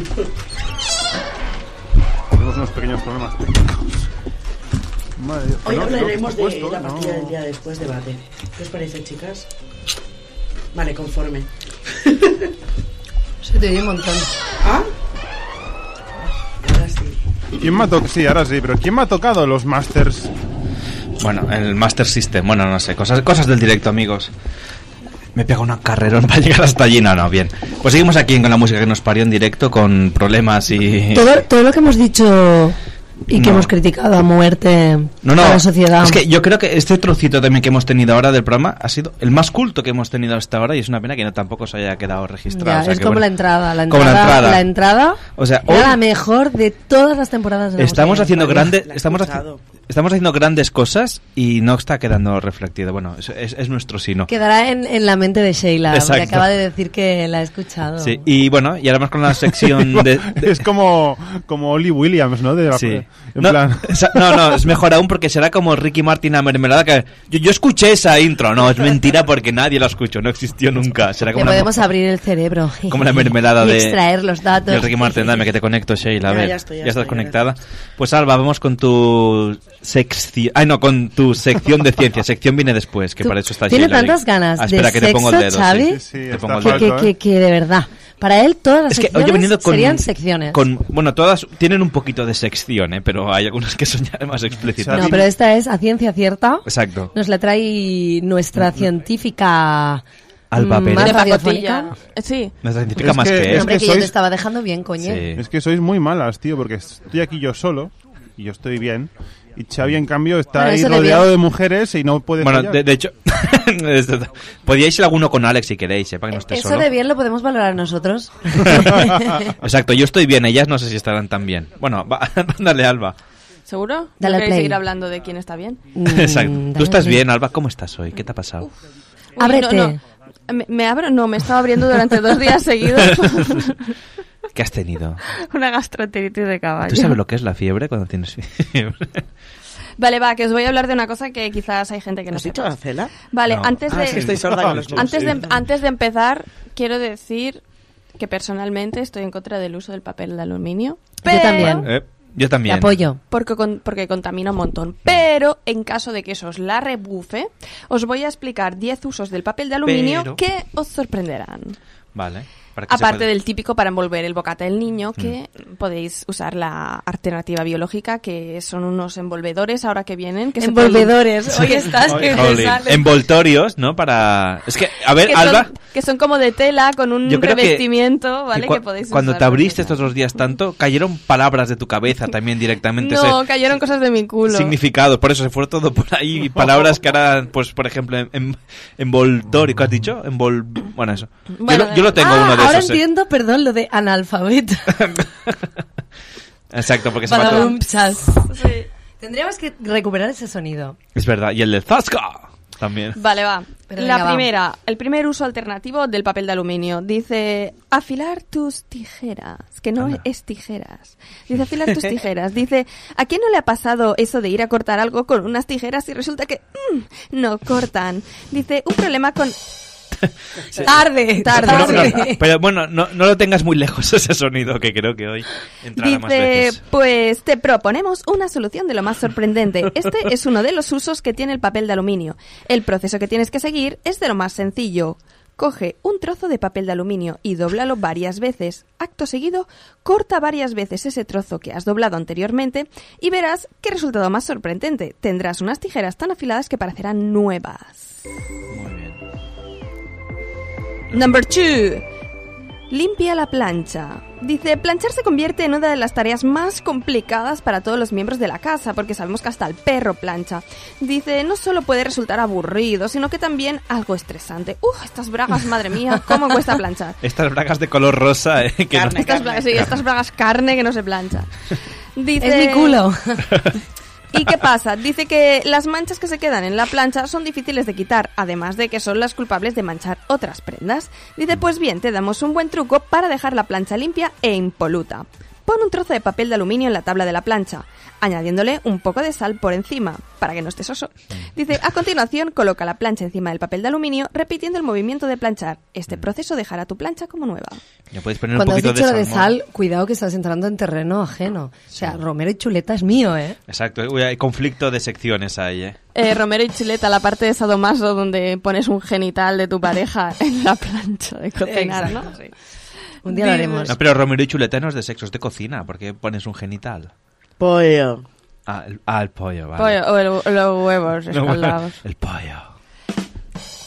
Tenemos unos pequeños problemas técnicos. Madre Dios. Hoy No, hablaremos no, de la pastilla no. del día después debate. ¿Qué os parece, chicas? Vale, conforme. Se te oye un montón. ¿Ah? Ahora sí. ¿Quién me ha tocado? Sí, ahora sí, pero ¿quién me ha tocado los Masters? Bueno, el Master System. Bueno, no sé. Cosas del directo, amigos. Me pega una carrerón para llegar hasta allí. No, bien. Pues seguimos aquí con la música que nos parió en directo, con problemas y... Todo lo que hemos dicho Y que hemos criticado a muerte a la sociedad. Es que yo creo que este trocito también que hemos tenido ahora del programa ha sido el más culto que hemos tenido hasta ahora y es una pena que no tampoco se haya quedado registrado. Ya, o sea, es que, como bueno, la entrada. La como entrada, la entrada o sea, era la mejor de todas las temporadas de la estamos música. haciendo estamos haciendo grandes cosas y no está quedando reflectido. Bueno, es nuestro sino. Quedará en la mente de Sheila, Exacto. que acaba de decir que la ha escuchado. Sí, y bueno, y ahora vamos con la sección de... Es como Ollie Williams, ¿no? Sí. En No, plan... no, es mejor aún porque será como Ricky Martin a Mermelada que yo escuché esa intro. No, es mentira porque nadie la escuchó, no existió nunca. Será como Le podemos abrir el cerebro. como la mermelada y de extraer los datos. de Ricky Martin. Dame que te conecto, Sheila. A ver, Ya estoy, estás conectada. Pues Alba, vamos con tu sección. Ay, no, con tu sección de ciencia. Sección viene después, que para eso está Tiene Sheila. tantas ganas espera, de que te pongo el sexo, dedo. Xavi, Te pongo el dedo. que de verdad, para él todas las Es que secciones hoy he venido con, serían secciones. Bueno, todas tienen un poquito de sección, pero hay algunas que son ya más explícitas. No, pero esta es a ciencia cierta. Exacto. Nos la trae nuestra científica Alba Pérez. más De radiofónica. pacotilla. Sí. Nuestra científica Es más que- que es Hombre, que que yo te sois- estaba dejando bien, coño. Es que sois muy malas, tío, porque estoy aquí yo solo y yo estoy bien. Y Xavi, en cambio, está Bueno, ahí eso de rodeado bien. de mujeres y no puede Bueno, follar. de hecho, podíais ir alguno con Alex si queréis, para que no esté Eso solo. de bien lo podemos valorar nosotros. Exacto, yo estoy bien, ellas no sé si estarán tan bien. Bueno, dale, Alba. ¿Seguro? Dale ¿No al queréis play. seguir hablando de quién está bien? Exacto. dale, ¿Tú estás dale. bien, Alba? ¿Cómo estás hoy? ¿Qué te ha pasado? Uy, Ábrete. No. Me abro, no, me estaba abriendo durante 2 días seguidos. ¿Qué has tenido? Una gastroenteritis de caballo. ¿Tú sabes lo que es la fiebre cuando tienes fiebre? Vale, va, que os voy a hablar de una cosa que quizás hay gente que no ¿Has sepa. dicho Gacela? Vale, No. antes de... Es que estoy sorda con los antes de empezar, quiero decir que personalmente estoy en contra del uso del papel de aluminio. Yo también. Yo Te también. apoyo. Porque contamina un montón. Pero en caso de que eso os la rebufe, os voy a explicar 10 usos del papel de aluminio Pero- que os sorprenderán. Vale. para que se Aparte pueda- del típico para envolver el bocata del niño, que podéis usar la alternativa biológica, que son unos envolvedores ahora que vienen. Que Envolvedores, se pueden- hoy estás que te Jolín. sale. Envoltorios, ¿no? Para... Es que, a ver, que Alba... son como de tela con un Yo creo que- revestimiento, ¿vale? que Que podéis cuando usar te abriste para estos 2 días tanto, cayeron palabras de tu cabeza también directamente. No, cayeron cosas de mi culo. Significados, por eso se fue todo por ahí. Palabras que ahora, pues por ejemplo, envoltorio, ¿qué has dicho? Bueno, eso. Bueno, yo lo tengo uno de ahora esos. entiendo, perdón, lo de analfabeto. Exacto, porque se mató. Badabum, chas. Tendríamos que recuperar ese sonido. Es verdad, y el de Zasca también. Vale, va. Pero La venga, va. primera, el primer uso alternativo del papel de aluminio. Dice, afilar tus tijeras. Que no Anda. es tijeras. Dice, afilar tus tijeras. Dice, ¿a quién no le ha pasado eso de ir a cortar algo con unas tijeras y resulta que no cortan? Dice, un problema con... Tarde. No, pero bueno, no lo tengas muy lejos ese sonido, que creo que hoy entrará más Dice, veces. pues te proponemos una solución de lo más sorprendente. Este es uno de los usos que tiene el papel de aluminio. El proceso que tienes que seguir es de lo más sencillo. Coge un trozo de papel de aluminio y dóblalo varias veces. Acto seguido, corta varias veces ese trozo que has doblado anteriormente y verás qué resultado más sorprendente. Tendrás unas tijeras tan afiladas que parecerán nuevas. Muy bien. Number 2. Limpia la plancha. Dice, planchar se convierte en una de las tareas más complicadas para todos los miembros de la casa, porque sabemos que hasta el perro plancha. Dice, no solo puede resultar aburrido, sino que también algo estresante. Estas bragas, madre mía, ¿cómo cuesta planchar? Estas bragas de color rosa, que no- Estas bragas carne que no se plancha. Dice, Es mi culo. ¿Y qué pasa? Dice que las manchas que se quedan en la plancha son difíciles de quitar, además de que son las culpables de manchar otras prendas. Dice, pues bien, te damos un buen truco para dejar la plancha limpia e impoluta. Pon un trozo de papel de aluminio en la tabla de la plancha, añadiéndole un poco de sal por encima, para que no esté soso. Dice, a continuación, coloca la plancha encima del papel de aluminio, repitiendo el movimiento de planchar. Este proceso dejará tu plancha como nueva. Ya podéis poner Cuando un has poquito dicho lo de de salmón. sal, cuidado que estás entrando en terreno ajeno. O sea, Romero y Chuleta es mío, ¿eh? Exacto, uy, hay conflicto de secciones ahí, Romero y Chuleta, la parte de sadomaso donde pones un genital de tu pareja en la plancha de cocinar, ¿no? Exacto. Un día lo haremos. No, pero Romero y Chuleta no es de sexo, es de cocina, porque pones un genital. Pollo. El pollo, vale. Pollo, o los huevos escaldados. El pollo.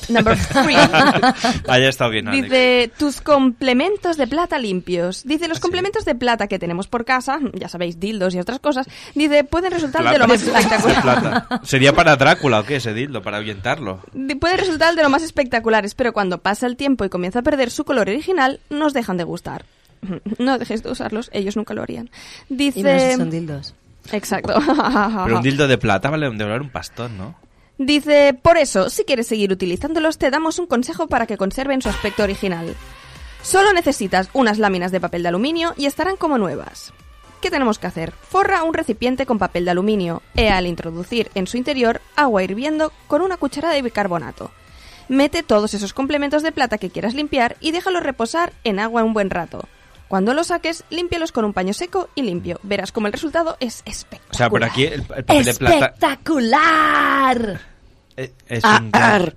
Number 3. Haya estado bien, Alex. Dice, tus complementos de plata limpios. Dice, los complementos de plata que tenemos por casa, ya sabéis, dildos y otras cosas, dice, pueden resultar de lo más espectacular. Plata. ¿Sería para Drácula o qué ese dildo? Para ahuyentarlo. Puede resultar de lo más espectaculares, pero cuando pasa el tiempo y comienza a perder su color original, nos dejan de gustar. No dejéis de usarlos, ellos nunca lo harían. Dice... Y menos si son dildos. Exacto. Pero un dildo de plata vale un pastón, ¿no? Dice, por eso, si quieres seguir utilizándolos, te damos un consejo para que conserven su aspecto original. Solo necesitas unas láminas de papel de aluminio y estarán como nuevas. ¿Qué tenemos que hacer? Forra un recipiente con papel de aluminio e al introducir en su interior agua hirviendo con una cucharada de bicarbonato. Mete todos esos complementos de plata que quieras limpiar y déjalos reposar en agua un buen rato. Cuando los saques, límpialos con un paño seco y limpio. Verás como el resultado es espectacular. O sea, por aquí el papel de plata... ¡Espectacular! Es un gran...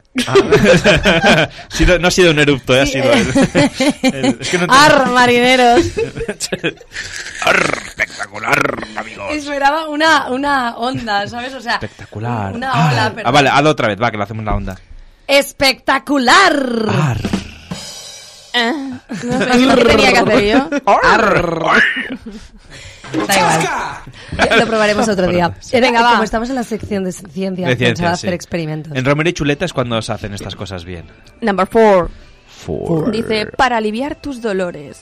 no ha sido un erupto, ha sido es que no ¡Ar, marineros! ¡Ar, espectacular, amigos! Esperaba una onda, ¿sabes? O sea, espectacular. Una ola, perdón. Vale, hazlo otra vez, va, que lo hacemos la onda. ¡Espectacular! Ar. No sé, ¿qué tenía que hacer yo? Da igual. Lo probaremos otro día. Venga, va. Como estamos en la sección de ciencia, pensaba hacer experimentos. En Romero y Chuleta es cuando se hacen estas cosas bien. Number 4. Dice, para aliviar tus dolores.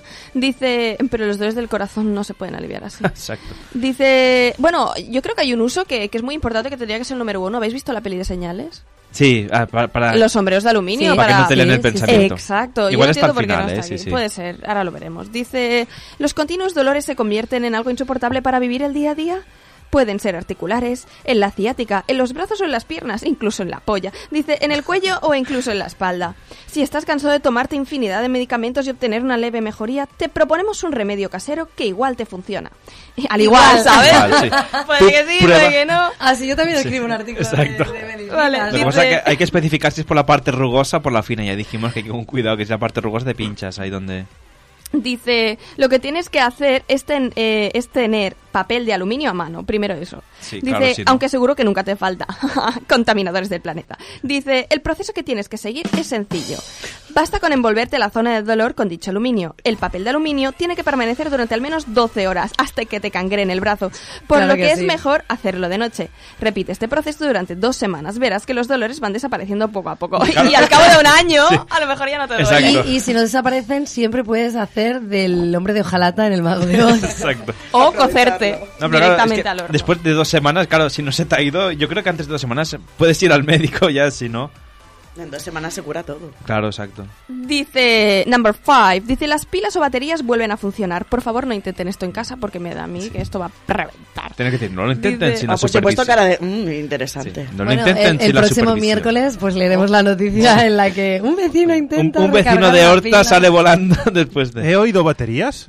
Dice, pero los dolores del corazón no se pueden aliviar así. Exacto. Dice, bueno, yo creo que hay un uso que es muy importante, que tendría que ser el número 1. ¿Habéis visto la peli de Señales? Sí, para los sombreros de aluminio. Sí, para que no te leen el pensamiento. Exacto. Igual yo es para entiendo el por qué final, no está aquí. sí. Puede ser, ahora lo veremos. Dice, los continuos dolores se convierten en algo insoportable para vivir el día a día. Pueden ser articulares, en la ciática, en los brazos o en las piernas, incluso en la polla. Dice, en el cuello o incluso en la espalda. Si estás cansado de tomarte infinidad de medicamentos y obtener una leve mejoría, te proponemos un remedio casero que igual te funciona. Al igual, ¿sabes? Igual, sí. Puede que sí, puede que no. Así yo también escribo un artículo de medicina. Vale, lo que pasa es que hay que especificar si es por la parte rugosa o por la fina. Ya dijimos que hay que con cuidado, que si la parte rugosa te pinchas ahí donde... Dice, lo que tienes que hacer es tener papel de aluminio a mano, primero eso. Sí, dice, claro, sí, ¿no? aunque seguro que nunca te falta. Contaminadores del planeta. Dice, el proceso que tienes que seguir es sencillo. Basta con envolverte la zona del dolor con dicho aluminio. El papel de aluminio tiene que permanecer durante al menos 12 horas hasta que te cangrene el brazo, por claro lo que es sí. mejor hacerlo de noche. Repite este proceso durante 2 semanas. Verás que los dolores van desapareciendo poco a poco. Claro. Y al cabo de un año, a lo mejor ya no te duele. Y si no desaparecen, siempre puedes hacer del hombre de hojalata en el Mago de Oz. Exacto. O cocerte No, pero directamente claro, al horno. después de 2 semanas, claro, si no se te ha ido, yo creo que antes de 2 semanas puedes ir al médico ya, si no... En 2 semanas se cura todo. Claro, exacto. Dice, number 5, dice, las pilas o baterías vuelven a funcionar. Por favor, no intenten esto en casa porque me da a mí que esto va a reventar. Tienes que decir, no lo intenten Dice, sin la Pues he puesto supervisión. cara de... interesante. Sí, no lo Bueno, intenten sin el la próximo supervisión. miércoles pues leeremos la noticia en la que un vecino intenta Un vecino recargar de la Horta pila. sale volando después de... ¿He oído baterías?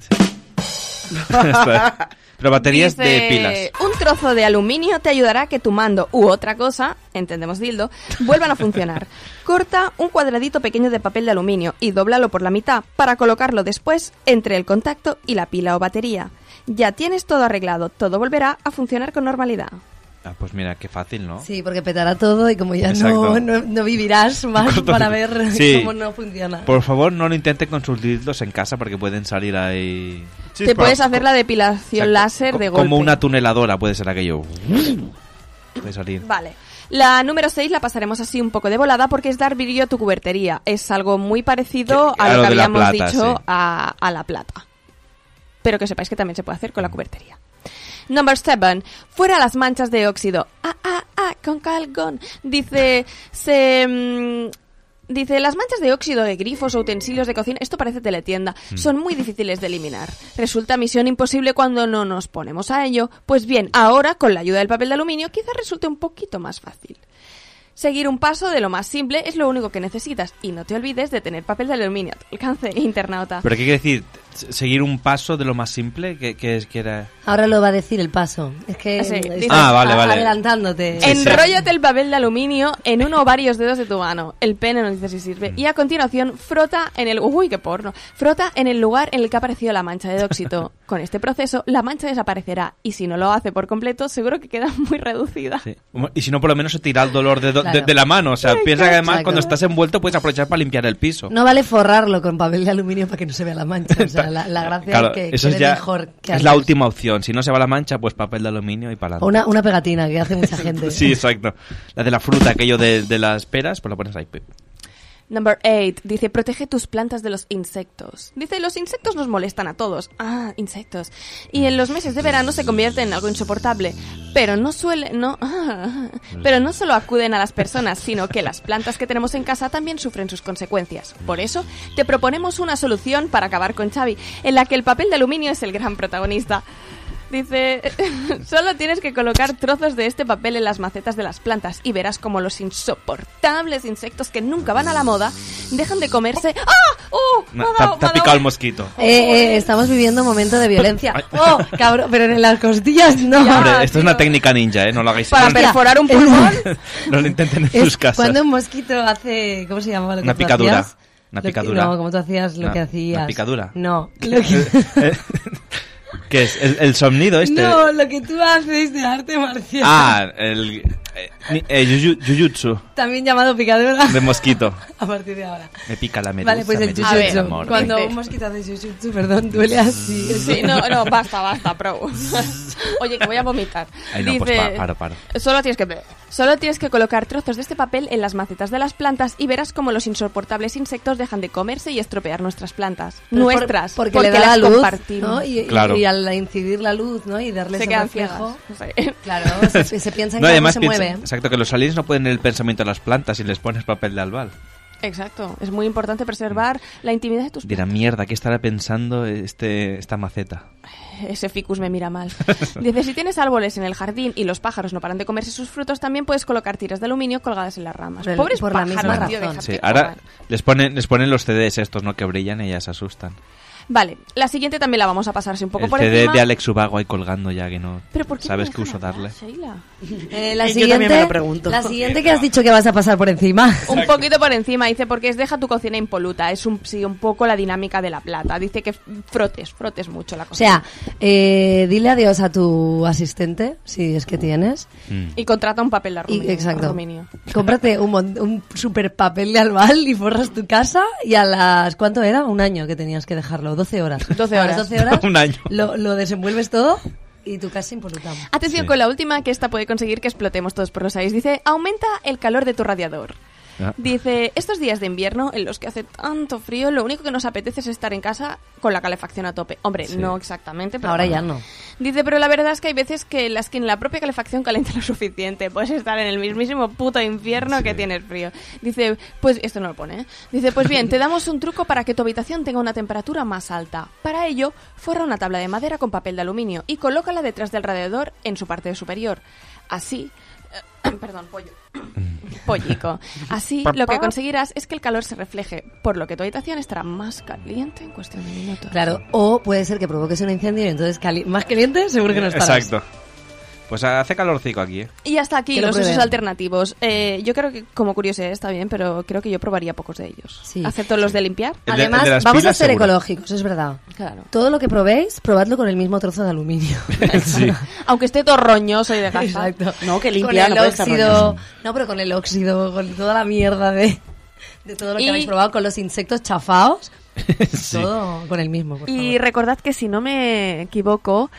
Pero baterías Dice, de pilas. un trozo de aluminio te ayudará a que tu mando u otra cosa, entendemos dildo, vuelvan a funcionar. Corta un cuadradito pequeño de papel de aluminio y dóblalo por la mitad para colocarlo después entre el contacto y la pila o batería. Ya tienes todo arreglado, todo volverá a funcionar con normalidad. Ah, pues mira, qué fácil, ¿no? Sí, porque petará todo y como ya Exacto. no vivirás más para ver Sí. cómo no funciona. Por favor, no lo intenten con sus dildos en casa porque pueden salir ahí... Te puedes hacer la depilación láser de golpe. Como una tuneladora puede ser aquello. Puede salir. Vale. La número 6 la pasaremos así un poco de volada porque es dar brillo a tu cubertería. Es algo muy parecido a lo que de la habíamos plata, dicho sí. a la plata. Pero que sepáis que también se puede hacer con la cubertería. Number 7. Fuera las manchas de óxido. Con calgón. Dice, Dice, las manchas de óxido de grifos o utensilios de cocina, esto parece teletienda, son muy difíciles de eliminar. Resulta misión imposible cuando no nos ponemos a ello. Pues bien, ahora, con la ayuda del papel de aluminio, quizás resulte un poquito más fácil. Seguir un paso de lo más simple es lo único que necesitas. Y no te olvides de tener papel de aluminio a tu alcance, internauta. ¿Pero qué quiere decir? ¿Seguir un paso de lo más simple? ¿Qué era? Ahora lo va a decir el paso. Es que Sí, estás dice- vale. adelantándote. Enróllate el papel de aluminio en uno o varios dedos de tu mano. El pene no dice si sirve. Y a continuación frota en el... ¡Uy, qué porno! Frota en el lugar en el que ha aparecido la mancha de óxido. Con este proceso, la mancha desaparecerá. Y si no lo hace por completo, seguro que queda muy reducida. Sí. Y si no, por lo menos se tira el dolor de Claro. de la mano. O sea, piensa que además Exacto. cuando estás envuelto puedes aprovechar para limpiar el piso. No vale forrarlo con papel de aluminio para que no se vea la mancha. O sea, la gracia Claro, es que eso es quede ya mejor que es la antes. última opción. Si no se va la mancha, pues papel de aluminio y para O adelante. una pegatina que hace mucha gente. Sí, exacto. La de la fruta, aquello de las peras, pues lo pones ahí. Number 8. Dice, protege tus plantas de los insectos. Dice, los insectos nos molestan a todos. Ah, insectos. Y en los meses de verano se convierten en algo insoportable. Pero no pero no solo acuden a las personas, sino que las plantas que tenemos en casa también sufren sus consecuencias. Por eso, te proponemos una solución para acabar con Xavi, en la que el papel de aluminio es el gran protagonista. Dice, solo tienes que colocar trozos de este papel en las macetas de las plantas y verás como los insoportables insectos que nunca van a la moda dejan de comerse. ¡Ah! Te ha picado el mosquito. Estamos viviendo un momento de violencia. ¡Oh, cabrón! Pero en las costillas no. Hombre, esto es una técnica ninja, no lo hagáis. Para perforar un pulmón. No lo intenten en sus casas. Cuando un mosquito hace... ¿Cómo se llamaba lo que Una tú picadura. hacías? Una picadura. No, como tú hacías lo que hacías. Una picadura. No. Lo que... ¿Qué es? ¿El sonido este? No, lo que tú haces de arte marcial. Ah, el Jujutsu. También llamado picadura. De mosquito. A partir de ahora. Me pica la medusa. Vale, pues el medusa, Jujutsu. amor. Cuando un mosquito hace Jujutsu, perdón, duele así. Sí, no, basta, pro. Oye, que voy a vomitar. Ay, no, Dice, pues paro. Solo tienes que colocar trozos de este papel en las macetas de las plantas y verás como los insoportables insectos dejan de comerse y estropear nuestras plantas. Pero nuestras, porque le da las la luz, compartimos. ¿no? Claro. Y al incidir la luz, ¿no? Y darle Se ese quedan reflejo. ciegas. No sé. Claro, se piensa que No, algo además se piensa, mueve. exacto, que los aliens no pueden el pensamiento de las plantas si les pones papel de albal. Exacto, es muy importante preservar la intimidad de tus Dirá, plantas. mierda, ¿qué estará pensando esta maceta? Ese ficus me mira mal. Dice, si tienes árboles en el jardín y los pájaros no paran de comerse sus frutos, también puedes colocar tiras de aluminio colgadas en las ramas. Pobres por la misma pájaros, tío, razón. déjate Sí, de ahora comer. les ponen los CDs estos, ¿no? Que brillan y ya se asustan. Vale, la siguiente también la vamos a pasar así un poco El por CD encima. de Alex Ubago ahí colgando ya que no ¿Pero por qué sabes no qué dejan uso hablar, darle. Sheila? La Yo también me lo pregunto. La siguiente que has dicho que vas a pasar por encima. Un poquito por encima, dice, porque es deja tu cocina impoluta. Es un poco la dinámica de la plata. Dice que frotes mucho la O cocina. sea, dile adiós a tu asistente, si es que tienes. Y contrata un papel de aluminio. Exacto. aluminio. Cómprate un super papel de albal y forras tu casa y a las... ¿Cuánto era? Un año que tenías que dejarlo, 12 horas. 12 A las horas. 12 horas Un año. lo desenvuelves todo y tu casa impoluta. Atención Sí. con la última, que esta puede conseguir que explotemos todos por los aires. Dice, aumenta el calor de tu radiador. Ah. Dice, estos días de invierno en los que hace tanto frío, lo único que nos apetece es estar en casa con la calefacción a tope. Hombre, Sí. no exactamente, pero Ahora bueno. ya no. Dice, pero la verdad es que hay veces que la propia calefacción calienta lo suficiente. Puedes estar en el mismísimo puto infierno Sí. que tienes frío. Dice, pues, esto no lo pone, ¿eh? Dice, pues bien, te damos un truco para que tu habitación tenga una temperatura más alta. Para ello, forra una tabla de madera con papel de aluminio y colócala detrás del radiador en su parte superior. Así... perdón, pollo. Pollico. Así, lo que conseguirás es que el calor se refleje, por lo que tu habitación estará más caliente en cuestión de minutos. Claro, o puede ser que provoques un incendio y entonces más caliente seguro que no estarás. Exacto. Pues hace calorcico aquí, ¿eh? Y hasta aquí Que lo los usos prueben. alternativos. Yo creo que como curiosidad está bien, pero creo que yo probaría pocos de ellos. Sí. Acepto los de limpiar. Además, el de las vamos a pilas, ser seguro. ecológicos, es verdad. Claro. Todo lo que probéis, probadlo con el mismo trozo de aluminio. Sí. Aunque esté todo roñoso y de gasa. Exacto. No, que Con limpia, el no puede estar óxido. roñoso. No, pero con el óxido, con toda la mierda de todo lo que Y- habéis probado, con los insectos chafados. Sí. Todo con el mismo, por Y favor. recordad que si no me equivoco,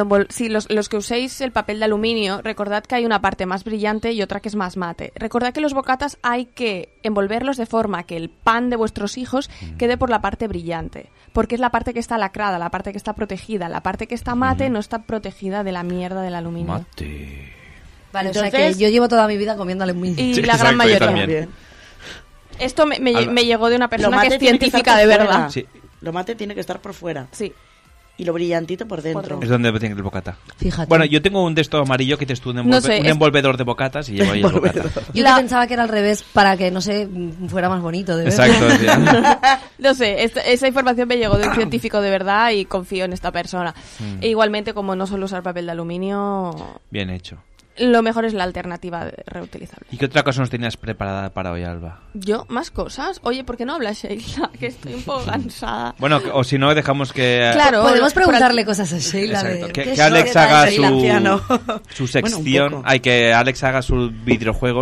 si los que uséis el papel de aluminio, recordad que hay una parte más brillante y otra que es más mate. Recordad que los bocatas hay que envolverlos de forma que el pan de vuestros hijos quede por la parte brillante, porque es la parte que está lacrada, la parte que está protegida, la parte que está mate no está protegida de la mierda del aluminio. Mate. Vale, o sea Entonces- que yo llevo toda mi vida comiendo aluminio. Y Sí, la gran exacto, yo mayoría. también. Bien. Esto me Alba. llegó de una Lo persona mate que es tiene que estar científica de por verdad. fuera. Sí. Lo mate tiene que estar por fuera. Sí. Y lo brillantito por dentro. dentro. Es donde tiene el bocata. Fíjate. Bueno, yo tengo un de estos amarillo que dices tú, un, No sé, un es- envolvedor de bocatas y llevo ahí el bocata. Yo que pensaba que era al revés para que, no sé, fuera más bonito de ver. Exacto, decía. No sé, esa información me llegó de un científico de verdad y confío en esta persona. E igualmente, como no suelo usar papel de aluminio, Bien hecho. lo mejor es la alternativa reutilizable. ¿Y qué otra cosa nos tenías preparada para hoy, Alba? ¿Yo? ¿Más cosas? Oye, ¿por qué no hablas, Sheila? Que estoy un poco cansada. Bueno, o si no, dejamos que... Claro. Podemos por preguntarle cosas a Sheila. Exacto, de- que ¿qué Alex es? haga Sheila, anciano? su Bueno, un sección, poco. hay que Alex haga sus videojuegos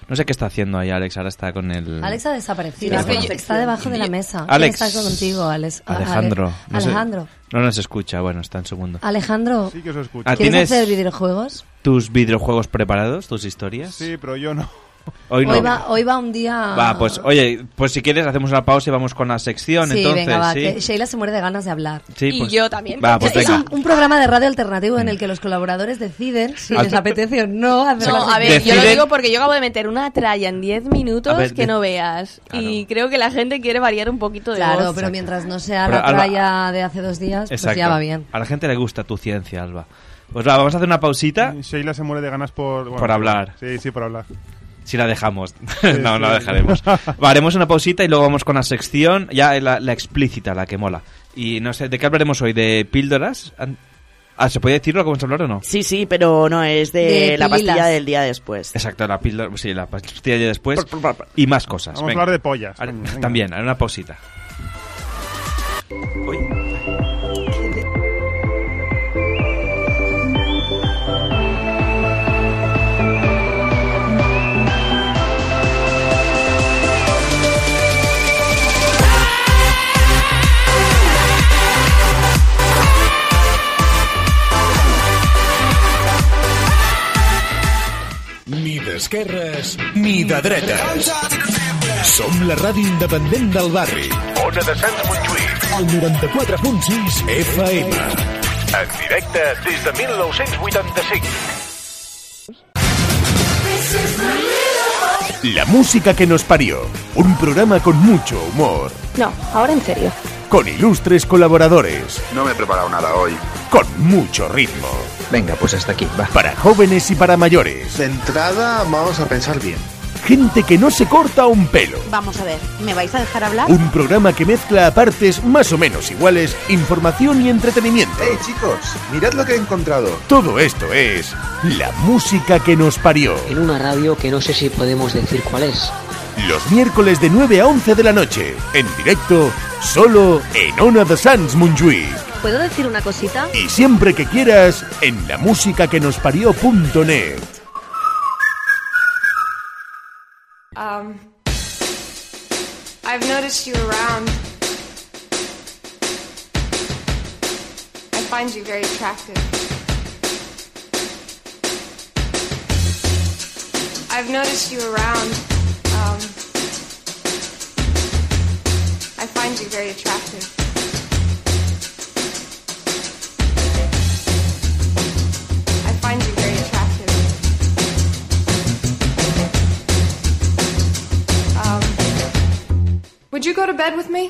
No sé qué está haciendo ahí Alex, ahora está con el... Alex ha desaparecido, Sí, es que está debajo de la mesa. Alex. ¿Quién está contigo, Alex? Alejandro. No sé- Alejandro. No nos escucha, bueno, está en segundo. Alejandro, Sí que os escucho. ¿quieres ¿Tienes hacer videojuegos? tus videojuegos preparados, tus historias? Sí, pero yo no. Hoy no. Hoy va un día... Va, pues oye, pues si quieres hacemos una pausa y vamos con la sección, Sí, entonces, venga, va, ¿sí? que Sheila se muere de ganas de hablar. Sí, Y pues- yo también. Va, pues Es venga. un programa de radio alternativo en el que los colaboradores deciden si les apetece o no hacer No, la a ver, yo lo Deciden- digo porque yo acabo de meter una tralla en 10 minutos A ver, que no veas. Claro. Y creo que la gente quiere variar un poquito de Claro, voz. pero mientras no sea Pero, la Alba- tralla de hace 2 días, pues Exacto. ya va bien. A la gente le gusta tu ciencia, Alba. Pues va, vamos a hacer una pausita Sheila se muere de ganas por... bueno, por hablar. Sí, por hablar. Si la dejamos. Sí, No, no la sí. dejaremos. Va, haremos una pausita y luego vamos con la sección, ya la explícita, la que mola. Y no sé, ¿de qué hablaremos hoy? ¿De píldoras? ¿Se puede decirlo lo que vamos a hablar o no? Sí, pero no, es de la pililas. pastilla del día después. Exacto, la píldora, sí, la pastilla de después y más cosas. Vamos a Venga. hablar de pollas. Ahora- Venga. También, haré una pausita. Uy. Ni d'esquerres ni de dretes. Som la ràdio independent del barri. Ona de Sants Montjuïc. El 94.6 FM. En directe des de 1985. La música que nos parió. Un programa con mucho humor. No, ahora en serio. Con ilustres colaboradores. No me he preparado nada hoy. Con mucho ritmo. Venga, pues hasta aquí, va. Para jóvenes y para mayores. De entrada, vamos a pensar bien. Gente que no se corta un pelo. Vamos a ver, ¿me vais a dejar hablar? Un programa que mezcla a partes más o menos iguales información y entretenimiento. ¡Hey, chicos! Mirad lo que he encontrado. Todo esto es la música que nos parió. En una radio que no sé si podemos decir cuál es. Los miércoles de 9 a 11 de la noche. En directo, solo en Ona de Sants Montjuïc. ¿Puedo decir una cosita? Y siempre que quieras, en lamusicaquenosparió.net. I've noticed you around. I find you very attractive. I've noticed you around. I find you very attractive. I find you very attractive. Would you go to bed with me?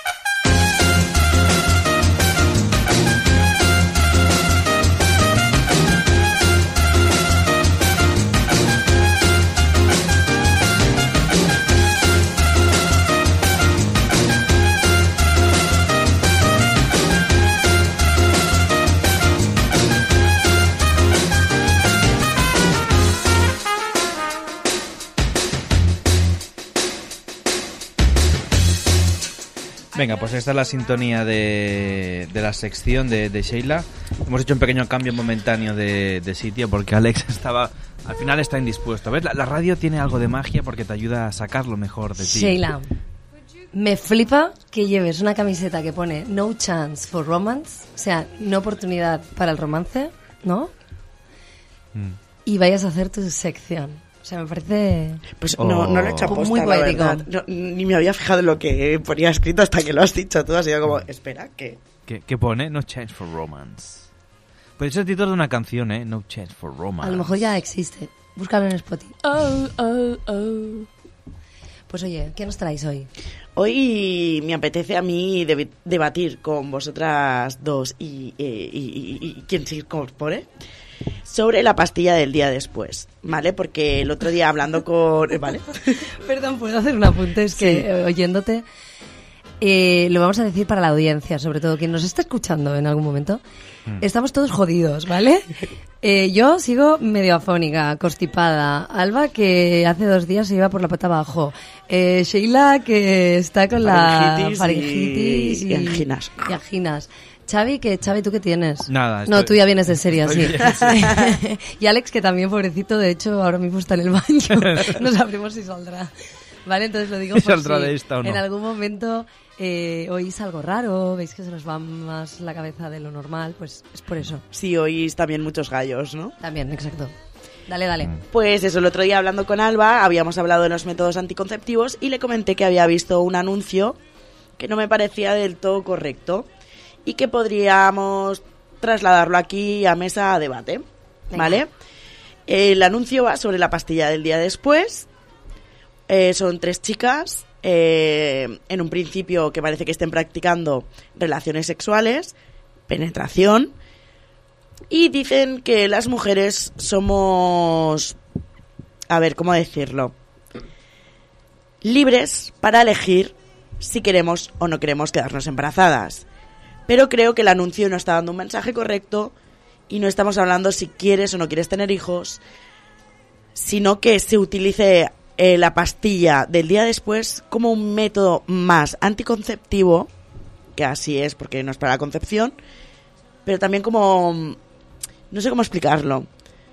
Venga, pues esta es la sintonía de la sección de Sheila. Hemos hecho un pequeño cambio momentáneo de sitio porque Alex estaba... Al final está indispuesto. ¿Ves? La radio tiene algo de magia porque te ayuda a sacar lo mejor de ti. Sheila, me flipa que lleves una camiseta que pone No Chance for Romance, o sea, no oportunidad para el romance, ¿no? Y vayas a hacer tu sección. O sea, me parece... Pues no lo he hecho aposta, muy la poético. verdad. No, ni me había fijado en lo que ponía escrito hasta que lo has dicho tú. Ha sido como, espera, ¿qué? ¿Qué pone? No chance for romance. Puede ser el título de una canción, ¿eh? No chance for romance. A lo mejor ya existe. Búscalo en Spotify. Pues oye, ¿qué nos traéis hoy? Hoy me apetece a mí debatir con vosotras dos y quien se incorpore sobre la pastilla del día después, ¿vale? Porque el otro día hablando con... ¿Vale? Perdón, ¿puedo hacer un apunte? Es que oyéndote... lo vamos a decir para la audiencia, sobre todo quien nos está escuchando en algún momento. Estamos todos jodidos, ¿vale? Yo sigo medio afónica, constipada. Alba, que hace 2 días se iba por la pata abajo. Sheila, que está con la faringitis y anginas. Y anginas. Xavi, ¿tú qué tienes? Nada. No, tú ya vienes de serie así. Bien, sí. Y Alex, que también, pobrecito, de hecho, ahora mismo está en el baño. No sabremos si saldrá. Vale, entonces lo digo por ¿Saldrá si de esta o no? en algún momento oís algo raro, veis que se nos va más la cabeza de lo normal, pues es por eso. Sí, oís también muchos gallos, ¿no? También, exacto. Dale. Pues eso, el otro día hablando con Alba, habíamos hablado de los métodos anticonceptivos y le comenté que había visto un anuncio que no me parecía del todo correcto y que podríamos trasladarlo aquí a mesa a debate, ¿vale? El anuncio va sobre la pastilla del día después. Son 3 chicas, en un principio que parece que estén practicando relaciones sexuales, penetración, y dicen que las mujeres somos, a ver, ¿cómo decirlo? Libres para elegir si queremos o no queremos quedarnos embarazadas. Pero creo que el anuncio no está dando un mensaje correcto y no estamos hablando si quieres o no quieres tener hijos, sino que se utilice la pastilla del día después como un método más anticonceptivo, que así es porque no es para la concepción, pero también como, no sé cómo explicarlo,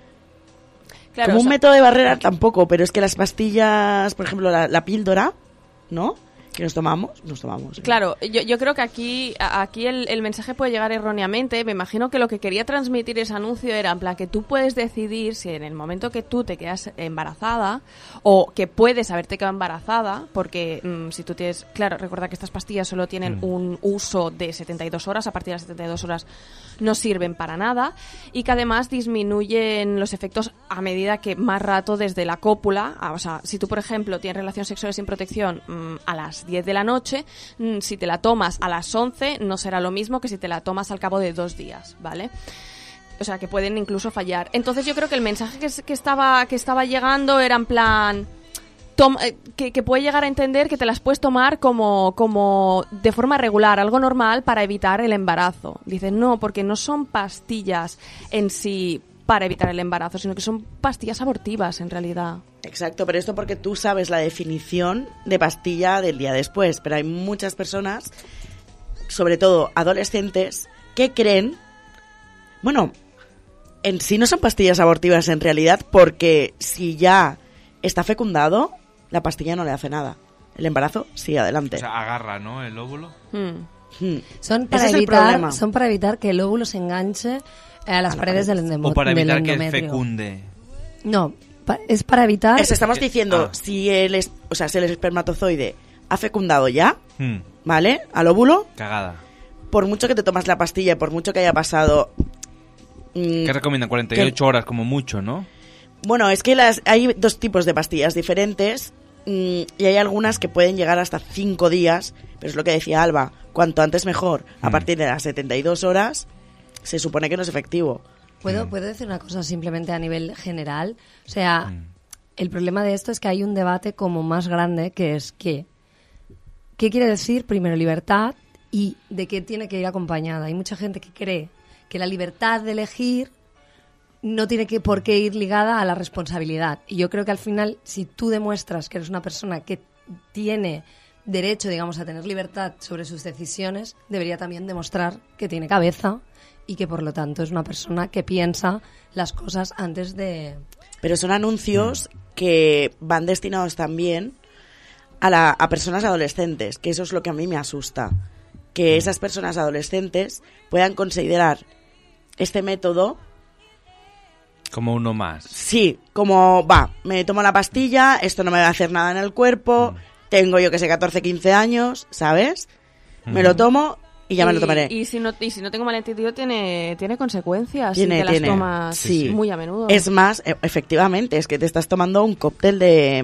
Claro, como un método de barrera tampoco, pero es que las pastillas, por ejemplo la píldora, ¿no?, que nos tomamos. Claro, yo creo que aquí el mensaje puede llegar erróneamente. Me imagino que lo que quería transmitir ese anuncio era en plan que tú puedes decidir si en el momento que tú te quedas embarazada o que puedes haberte quedado embarazada, porque si tú tienes... Claro, recuerda que estas pastillas solo tienen un uso de 72 horas, a partir de las 72 horas no sirven para nada y que además disminuyen los efectos a medida que más rato desde la cópula, o sea, si tú por ejemplo tienes relaciones sexuales sin protección a las 10 de la noche, si te la tomas a las 11 no será lo mismo que si te la tomas al cabo de 2 días, ¿vale? O sea, que pueden incluso fallar. Entonces yo creo que el mensaje que estaba llegando era en plan... Que puede llegar a entender que te las puedes tomar como de forma regular, algo normal para evitar el embarazo. Dicen, no, porque no son pastillas en sí para evitar el embarazo, sino que son pastillas abortivas en realidad. Exacto, pero esto porque tú sabes la definición de pastilla del día después, pero hay muchas personas, sobre todo adolescentes, que creen, bueno, en sí no son pastillas abortivas en realidad, porque si ya está fecundado, la pastilla no le hace nada. El embarazo sigue adelante. O sea, agarra, ¿no?, el óvulo. Son para evitar que el óvulo se enganche a las paredes del endometrio. O para evitar que fecunde. No, es para evitar... Estamos diciendo, si si el espermatozoide ha fecundado ya, ¿vale?, al óvulo... Cagada. Por mucho que te tomas la pastilla, por mucho que haya pasado... ¿Qué recomiendan? 48 horas como mucho, ¿no? Bueno, es que hay 2 tipos de pastillas diferentes y hay algunas que pueden llegar hasta 5 días, pero es lo que decía Alba, cuanto antes mejor. A partir de las 72 horas se supone que no es efectivo. ¿Puedo decir una cosa simplemente a nivel general? O sea, el problema de esto es que hay un debate como más grande, que es ¿qué quiere decir primero libertad y de qué tiene que ir acompañada? Hay mucha gente que cree que la libertad de elegir no tiene por qué ir ligada a la responsabilidad. Y yo creo que al final, si tú demuestras que eres una persona que tiene derecho, digamos, a tener libertad sobre sus decisiones, debería también demostrar que tiene cabeza y que, por lo tanto, es una persona que piensa las cosas antes de... Pero son anuncios que van destinados también a personas adolescentes, que eso es lo que a mí me asusta. Que esas personas adolescentes puedan considerar este método... Como uno más. Sí, como, me tomo la pastilla, esto no me va a hacer nada en el cuerpo, tengo yo que sé 14, 15 años, ¿sabes? Me lo tomo y ya me lo tomaré. Y si no tengo malentendido, tiene consecuencias si te las tomas muy a menudo. Es más, efectivamente, es que te estás tomando un cóctel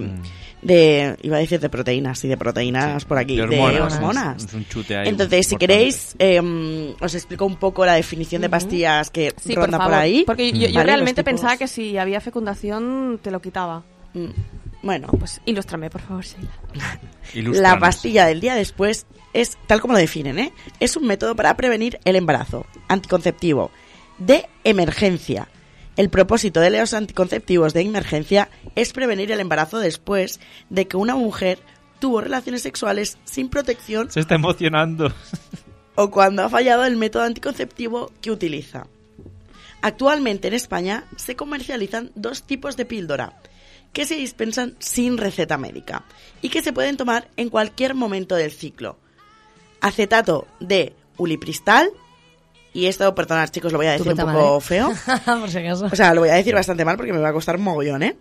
de iba a decir de proteínas, de proteínas por aquí, de hormonas. Es un chute ahí. Entonces, si queréis, os explico un poco la definición de pastillas que ronda por ahí. Porque yo realmente pensaba que si había fecundación te lo quitaba. Bueno, pues ilústrame, por favor, Sheila. La pastilla del día después es, tal como lo definen, es un método para prevenir el embarazo, anticonceptivo, de emergencia. El propósito de los anticonceptivos de emergencia es prevenir el embarazo después de que una mujer tuvo relaciones sexuales sin protección. Se está emocionando. o cuando ha fallado el método anticonceptivo que utiliza. Actualmente en España se comercializan 2 tipos de píldora que se dispensan sin receta médica y que se pueden tomar en cualquier momento del ciclo. Acetato de ulipristal, y esto, perdonad chicos, lo voy a decir un poco feo. Por si acaso. O sea, lo voy a decir bastante mal porque me va a costar mogollón, ¿eh?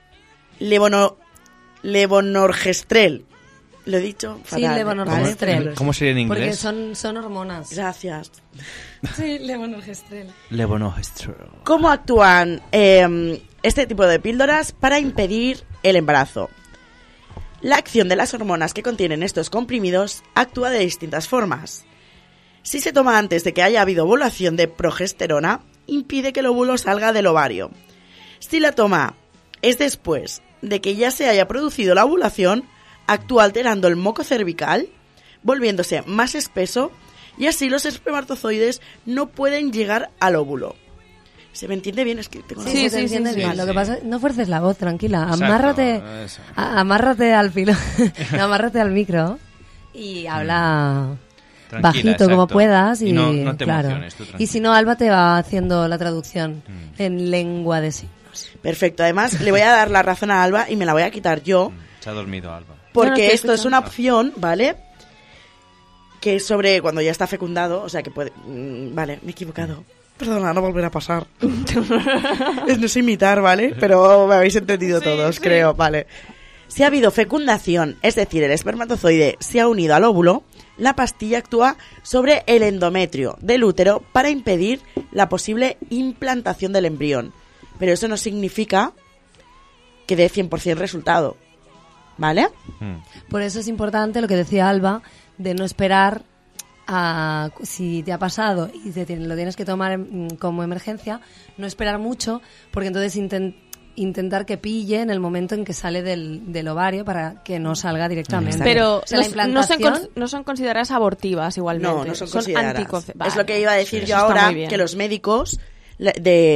Levonorgestrel. ¿Lo he dicho? Sí, fatal, levonorgestrel. ¿Cómo sería en inglés? Porque son hormonas. Gracias. Sí, levonorgestrel. Levonorgestrel. ¿Cómo actúan este tipo de píldoras para impedir el embarazo? La acción de las hormonas que contienen estos comprimidos actúa de distintas formas. Si se toma antes de que haya habido ovulación de progesterona, impide que el óvulo salga del ovario. Si la toma es después de que ya se haya producido la ovulación, actúa alterando el moco cervical, volviéndose más espeso, y así los espermatozoides no pueden llegar al óvulo. ¿Se me entiende bien? Es que tengo Sí, se entiende bien. sí. Lo que pasa es no fuerces la voz, tranquila. Exacto, Amárrate al filo. No, amárrate al micro y habla Tranquila, bajito exacto. como puedas y no te claro. emociones, tú tranquila. Y si no, Alba te va haciendo la traducción en lengua de signos. Perfecto. Además, le voy a dar la razón a Alba y me la voy a quitar yo, Se ha dormido Alba. porque esto es una opción, ¿vale? Que es sobre cuando ya está fecundado, o sea que puede... Vale, me he equivocado. Perdona, no volverá a pasar. No sé imitar, ¿vale? Pero me habéis entendido todos, creo, vale. Si ha habido fecundación, es decir, el espermatozoide se ha unido al óvulo, la pastilla actúa sobre el endometrio del útero para impedir la posible implantación del embrión. Pero eso no significa que dé 100% resultado, ¿vale? Por eso es importante lo que decía Alba, de no esperar a si te ha pasado y lo tienes que tomar como emergencia, no esperar mucho, porque entonces intentar que pille en el momento en que sale del ovario para que no salga directamente. Pero O sea, la implantación... no son consideradas abortivas igualmente. No son consideradas. anticonceptivas. Es lo que iba a decir Sí, yo eso está ahora, muy bien. que los médicos es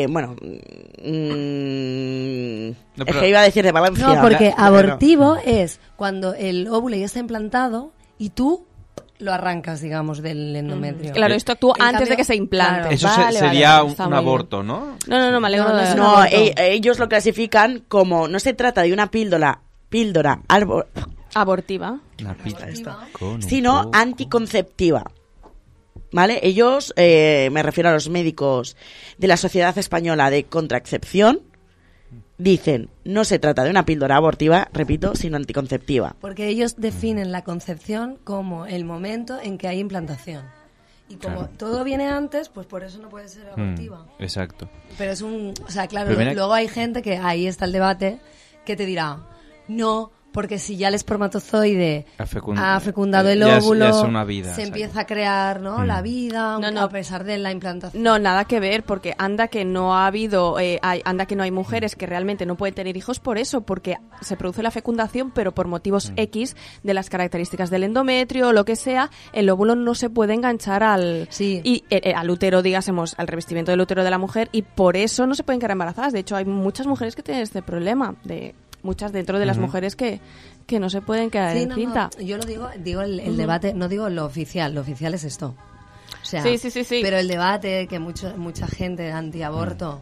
pero- que iba a decir de Valencia. No, porque pero abortivo es cuando el óvulo ya está implantado y tú lo arrancas, digamos, del endometrio. Claro, esto actúa En antes cambio, de que se implante. claro. Eso Vale, sería vale, un está muy aborto, ¿no? No, me alegro de... No, ellos lo clasifican como, no se trata de una píldora abortiva, Una pizza con un sino poco. anticonceptiva. ¿Vale? Ellos, me refiero a los médicos de la Sociedad Española de Contracepción, dicen, no se trata de una píldora abortiva, repito, sino anticonceptiva. Porque ellos definen la concepción como el momento en que hay implantación. Y como Claro. todo viene antes, pues por eso no puede ser abortiva. Exacto. Pero es un... O sea, claro, Pero mira- luego hay gente que ahí está el debate que te dirá, no, porque si ya el espermatozoide ha fecundado el ya es- óvulo, ya es una vida, se exacto. empieza a crear, ¿no? La vida, No, no. a pesar de la implantación. No, nada que ver, porque anda que no ha habido, anda que no hay mujeres que realmente no pueden tener hijos por eso, porque se produce la fecundación, pero por motivos X de las características del endometrio o lo que sea, el óvulo no se puede enganchar al al útero, digásemos, al revestimiento del útero de la mujer, y por eso no se pueden quedar embarazadas. De hecho, hay muchas mujeres que tienen este problema, muchas dentro de las Ujú. mujeres que no se pueden quedar Sí, no, encinta. no, yo lo digo el Ujú. debate, no digo lo oficial es esto. O sea, Sí, sí, sí, sí. Pero el debate que mucha gente antiaborto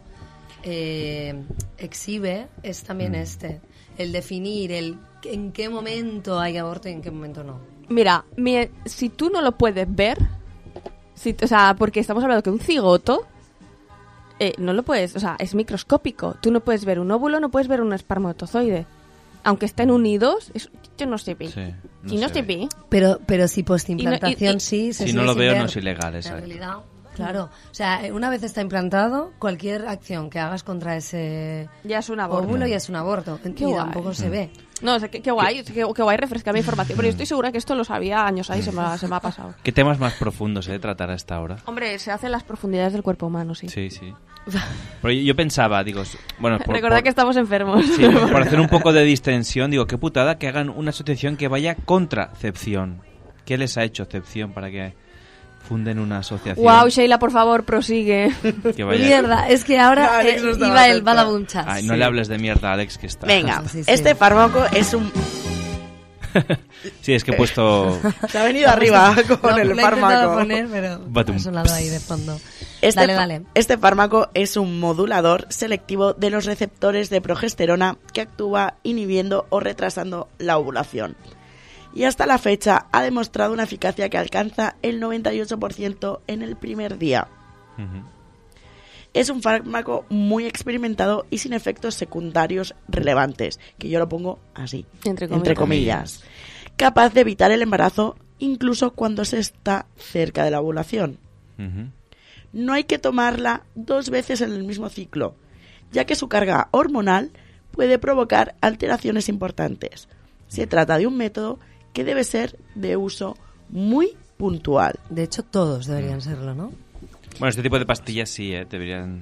exhibe es también el definir en qué momento hay aborto y en qué momento no. Mira, si tú no lo puedes ver, o sea, porque estamos hablando que un cigoto no lo puedes, o sea, es microscópico. Tú no puedes ver un óvulo, no puedes ver un espermatozoide. Aunque estén unidos, yo no se ve. Sí, y no se ve. Pero si postimplantación Y- sí se Si sigue no lo sin veo, ver. no es ilegal, En exacto. realidad, claro. O sea, una vez está implantado, cualquier acción que hagas contra ese Ya es un aborto. óvulo ya es un aborto. Qué y guay. tampoco se ve. No, o sea, qué guay, qué guay refrescar mi información. Pero yo estoy segura que esto lo sabía años ahí, se me ha pasado. ¿Qué temas más profundos se tratar a esta hora? Hombre, se hace en las profundidades del cuerpo humano, sí. Sí, sí. Pero yo pensaba, digo, bueno, Recordad que estamos enfermos. Sí, por hacer un poco de distensión, digo, qué putada que hagan una asociación que vaya contra Cepción. ¿Qué les ha hecho Cepción para que funden una asociación? Wow, Sheila, por favor, prosigue. Que vaya- Mierda, es que ahora Alex no estaba iba el atento. badabunchas. Ay, no le hables de mierda a Alex, que está. Venga, Sí. este fármaco es un... Sí, es que he puesto... Se ha venido arriba con el lo he intentado fármaco. poner, pero Batum. ha sonado ahí de fondo. Dale. Este fármaco es un modulador selectivo de los receptores de progesterona que actúa inhibiendo o retrasando la ovulación. Y hasta la fecha ha demostrado una eficacia que alcanza el 98% en el primer día. Es un fármaco muy experimentado y sin efectos secundarios relevantes, que yo lo pongo así, entre comillas, capaz de evitar el embarazo incluso cuando se está cerca de la ovulación. No hay que tomarla 2 veces en el mismo ciclo, ya que su carga hormonal puede provocar alteraciones importantes. Se trata de un método que debe ser de uso muy puntual. De hecho, todos deberían serlo, ¿no? Bueno, este tipo de pastillas sí, deberían...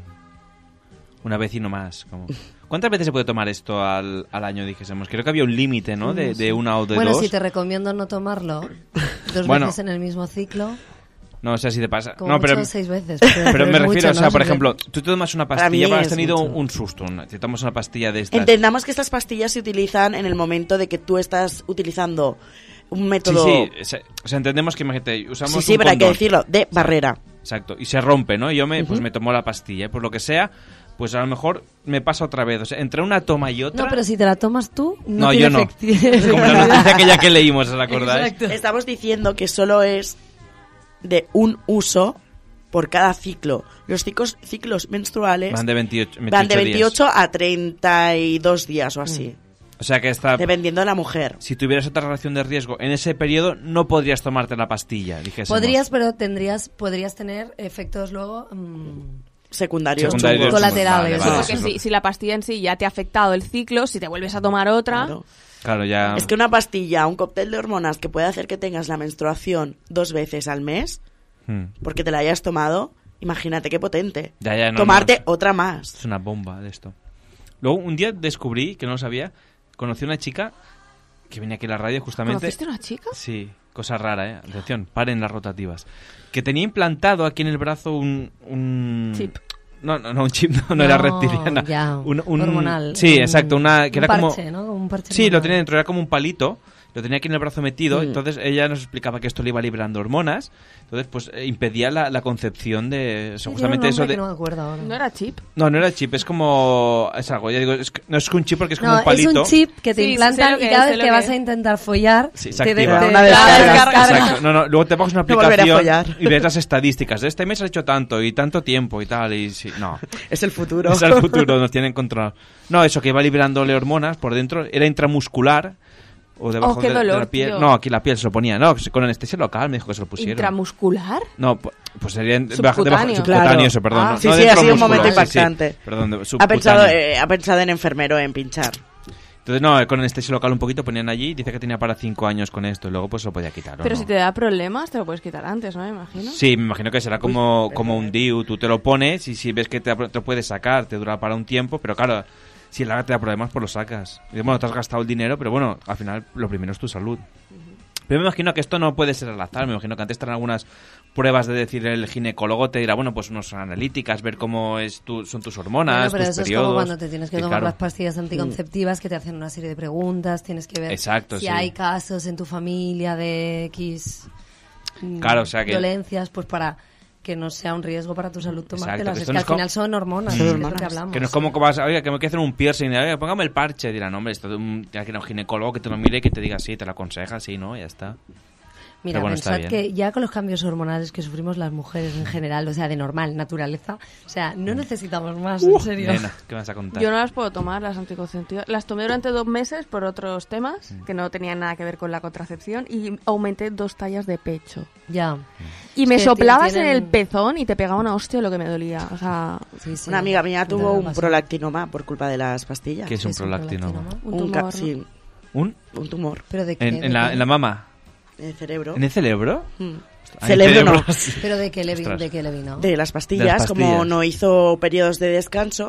Una vez y no más. Como... ¿Cuántas veces se puede tomar esto al año, dijésemos? Creo que había un límite, ¿no? De una o de bueno, dos. si te recomiendo no tomarlo 2 Bueno. veces en el mismo ciclo... No, o sea, si te pasa... Como no, pero, mucho 6 veces. Pero me refiero, mucho, o sea, ¿no? por Sí, ejemplo, tú te tomas una Para pastilla, mí pero has es tenido mucho. un susto. Te tomas una pastilla de estas... Entendamos que estas pastillas se utilizan en el momento de que tú estás utilizando un método... Sí, o sea, entendemos que, imagínate, usamos Sí, un pero hay que condón. decirlo, de barrera. Exacto, y se rompe, ¿no? Y yo pues me tomo la pastilla, y por lo que sea, pues a lo mejor me pasa otra vez. O sea, entre una toma y otra... No, pero si te la tomas tú, No, tiene yo no. efectividad. Como la noticia aquella que leímos, ¿os acordáis? Exacto. Estamos diciendo que solo es de un uso por cada ciclo. Los ciclos menstruales Van de 28, van de 28 días. a 32 días o así. O sea que esta... Dependiendo de la mujer. Si tuvieras otra relación de riesgo en ese periodo, no podrías tomarte la pastilla, dijésemos. Podrías, pero podrías tener efectos luego... Secundarios colaterales. Vale, Porque si la pastilla en sí ya te ha afectado el ciclo, si te vuelves a tomar otra... Claro, ya... Es que una pastilla, un cóctel de hormonas que puede hacer que tengas la menstruación 2 veces al mes, porque te la hayas tomado, imagínate qué potente. Ya, no, Tomarte no, otra más. Es una bomba de esto. Luego, un día descubrí, que no lo sabía, conocí a una chica que venía aquí a la radio justamente... ¿Conociste una chica? Sí, cosa rara, ¿eh? Atención, paren las rotativas. Que tenía implantado aquí en el brazo un... Chip. No, un chip no era reptiliana. Ya, un hormonal. Sí, exacto, que era parche, como... ¿no? Como un parche sí, hormonal. lo tenía dentro, era como un palito. Lo tenía aquí en el brazo metido, entonces ella nos explicaba que esto le iba liberando hormonas, entonces pues impedía la concepción de... O sea, justamente eso de... No me acuerdo ahora. ¿No era chip? No era chip, es como... Es algo, ya digo, no es un chip porque es como un palito. Es un chip que te Sí, implantan sé lo que y cada es, vez sé que lo vas que a intentar follar, Sí, se te activa. te Una descarga. Exacto. No, luego te pones una No volveré a aplicación follar. y ves las estadísticas. De este mes has hecho tanto y tanto tiempo y tal. Y sí, no. Es el futuro. Es el futuro, nos tienen controlado. No, eso que iba liberándole hormonas por dentro era intramuscular o debajo qué de la dolor, piel. tío. No, aquí la piel se lo ponía. No, con anestesia local me dijo que se lo pusieron. ¿Intramuscular? No, pues sería Subcutáneo. subcutáneo, eso, perdón. Ah. no, Sí, no sí, dentro ha sido un muscular, momento sí, sí. impactante. Perdón, Ha subcutáneo. pensado en enfermero, en pinchar. Entonces, no, con anestesia local un poquito ponían allí. Dice que tenía para 5 años con esto y luego pues lo podía quitar. ¿o Pero no? si te da problemas, te lo puedes quitar antes, ¿no? Me imagino. Sí, me imagino que será como un DIU. Tú te lo pones y si ves que te lo puedes sacar, te dura para un tiempo. Pero claro, si el te da problemas, pues lo sacas. Y bueno, te has gastado el dinero, pero bueno, al final lo primero es tu salud. Pero me imagino que esto no puede ser al azar. Me imagino que antes estarán algunas pruebas de decir el ginecólogo te dirá, bueno, pues unas analíticas, ver cómo son tus hormonas, Bueno, pero tus eso periodos. es como cuando te tienes que Y tomar claro, las pastillas anticonceptivas que te hacen una serie de preguntas, tienes que ver Exacto, si sí. hay casos en tu familia de X Claro, o sea que- dolencias, pues para que no sea un riesgo para tu salud tomártelas. que Es esto que no al es como- final son hormonas, Mm. que es lo que hablamos. Que no es como que vas, oiga, que me quiero hacer un piercing, oiga, póngame el parche. Dirán, hombre, esto tiene que ir a un ginecólogo que te lo mire y que te diga sí, te lo aconseja, sí, ¿no? Ya está. Mira, Pero bueno, está pensad bien. que ya con los cambios hormonales que sufrimos las mujeres en general, o sea, de normal, naturaleza, o sea, no necesitamos más, en serio. Nena, ¿qué vas a contar? Yo no las puedo tomar, las anticonceptivas. Las tomé durante 2 meses por otros temas que no tenían nada que ver con la contracepción y aumenté 2 tallas de pecho. Ya. Y me Es que soplabas tienen- en el pezón y te pegaba una hostia lo que me dolía. O sea, Una amiga mía tuvo un pasó. prolactinoma por culpa de las pastillas. ¿Qué es un prolactinoma? Un tumor, ¿no? Sí, ¿Un? un tumor. ¿Pero de qué? En la mama. En el cerebro. ¿En el cerebro? Mm. Ah, Cerebro en el no. cerebro, sí. ¿Pero de qué le Ostras. vino? De las pastillas, como no hizo periodos de descanso,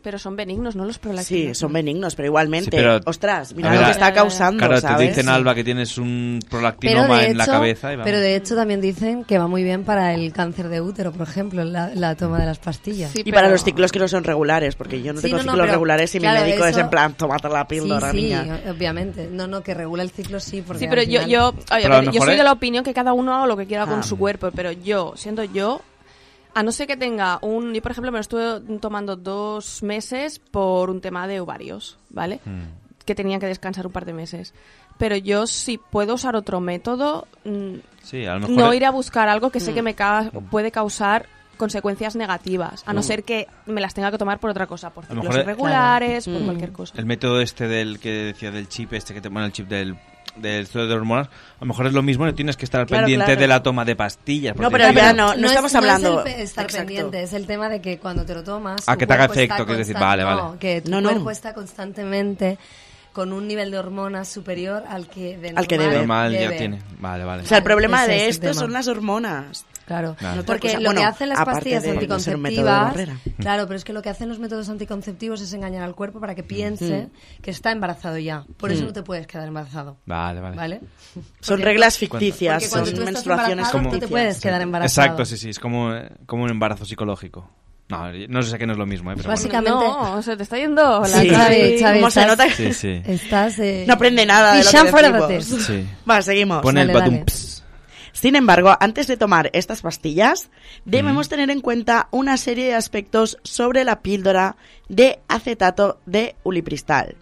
Pero son benignos, ¿no? Los prolactinos. Sí, son benignos, pero igualmente, Sí, pero- ostras, mira A ver, lo que está causando, Claro, ¿sabes? te dicen, Alba, que tienes un Pero prolactinoma de en la hecho- cabeza. Y vamos. Pero de hecho también dicen que va muy bien para el cáncer de útero, por ejemplo, la toma de las pastillas. Y para los ciclos que no son regulares, porque yo no Sí, tengo no, ciclos pero, regulares y claro, mi médico es eso- en plan, tómate la píldora, sí, niña. obviamente. No, que regula el ciclo sí, porque Sí, pero al final- yo Pero a lo yo mejor soy es- de la opinión que cada uno haga lo que quiera Ah. con su cuerpo, pero siendo yo, a no ser que tenga yo por ejemplo me lo estuve tomando 2 meses por un tema de ovarios, ¿vale? Que tenía que descansar un par de meses. Pero yo si puedo usar otro método, Sí, a lo mejor no es- iré a buscar algo que sé que me puede causar consecuencias negativas, a no ser que me las tenga que tomar por otra cosa, por A lo ciclos mejor- irregulares, por cualquier cosa. El método del que decía del chip que te pone el chip del estudio de hormonas, a lo mejor es lo mismo, no tienes que estar Claro, pendiente claro. de la toma de pastillas. No, porque- pero ya Pero no estamos hablando... No es el estar Exacto. pendiente, es el tema de que cuando te lo tomas... Ah, tu que te haga cuerpo está efecto, quiero decir, constan- vale. No, que tu No, no. cuerpo está constantemente con un nivel de hormonas superior al que de Al que normal debe. Normal ya debe. tiene. Vale. O sea, el problema Ese de es el esto tema. son las hormonas. Claro, Claro. Otra porque cosa- lo bueno, que hacen las aparte pastillas de no ser un método de anticonceptivas, barrera. claro, pero es que lo que hacen los métodos anticonceptivos es engañar al cuerpo para que piense que está embarazado ya. Por eso no te puedes quedar embarazado. Vale. ¿Vale? Son Porque- reglas ficticias, porque cuando son tú estás menstruaciones embarazado, tú te ficticias. puedes quedar embarazado. Exacto, sí, es como un embarazo psicológico. No sé que no es lo mismo, pero Básicamente- No, se te está yendo la Sí. Xavi, ¿Cómo se estás- nota? bueno. Sí. Estás... No aprende nada de lo Pichán que fuera de decimos. test. Sí. Va, seguimos. Pone el Dale, batum. dale. Ps. Sin embargo, antes de tomar estas pastillas, debemos tener en cuenta una serie de aspectos sobre la píldora de acetato de ulipristal.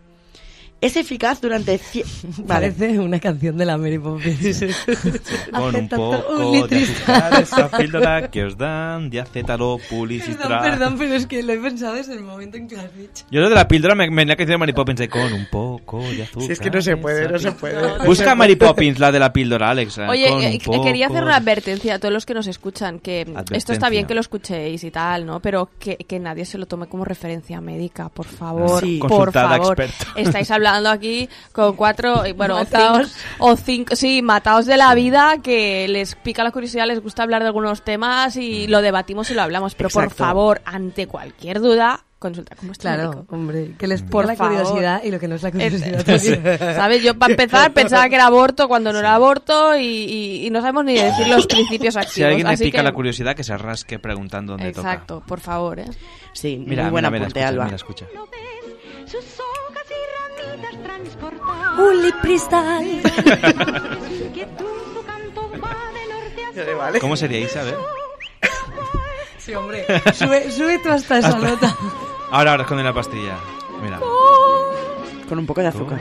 Es eficaz durante... Vale. Parece una canción de la Mary Poppins. Con un Acetato poco de ulipristal. azúcar, esa píldora que os dan de acétalo pulicistral. Perdón, pero es que lo he pensado desde el momento en que lo has dicho. Yo lo de la píldora me venía que decir Mary Poppins de con un poco de azúcar. Si es que no se puede, no se puede. Busca Mary Poppins, la de la píldora, Alex. Oye, con un poco. quería hacer una advertencia a todos los que nos escuchan, que esto Advertencia. está bien que lo escuchéis y tal, ¿no? Pero que nadie se lo tome como referencia médica, por favor, Sí. por Consultada favor. experta. Estáis hablando aquí con 4, bueno, Mataos. o 5, sí, mataos de la vida, que les pica la curiosidad, les gusta hablar de algunos temas y lo debatimos y lo hablamos, pero por Exacto. favor, ante cualquier duda, consulta con vuestro Claro, médico. hombre, que les Por por la favor. curiosidad y lo que no es la curiosidad. también. ¿Sabes? Yo, para empezar, pensaba que era aborto cuando no era aborto y no sabemos ni decir los principios activos. Si a alguien le así pica que- la curiosidad, que se rasque preguntando dónde toca. Exacto, por favor, ¿eh? Sí, Mira, muy buen mira, apunte, escucha, Alba. mira, escucha. Sus hojas y ramitas transportadas. Ulipristal. Que tu canto va de norte a sur. ¿Cómo sería Isa? A ver. Sí, hombre. Sube tú hasta esa nota. Ahora esconde la pastilla. Mira. Con un poco de azúcar.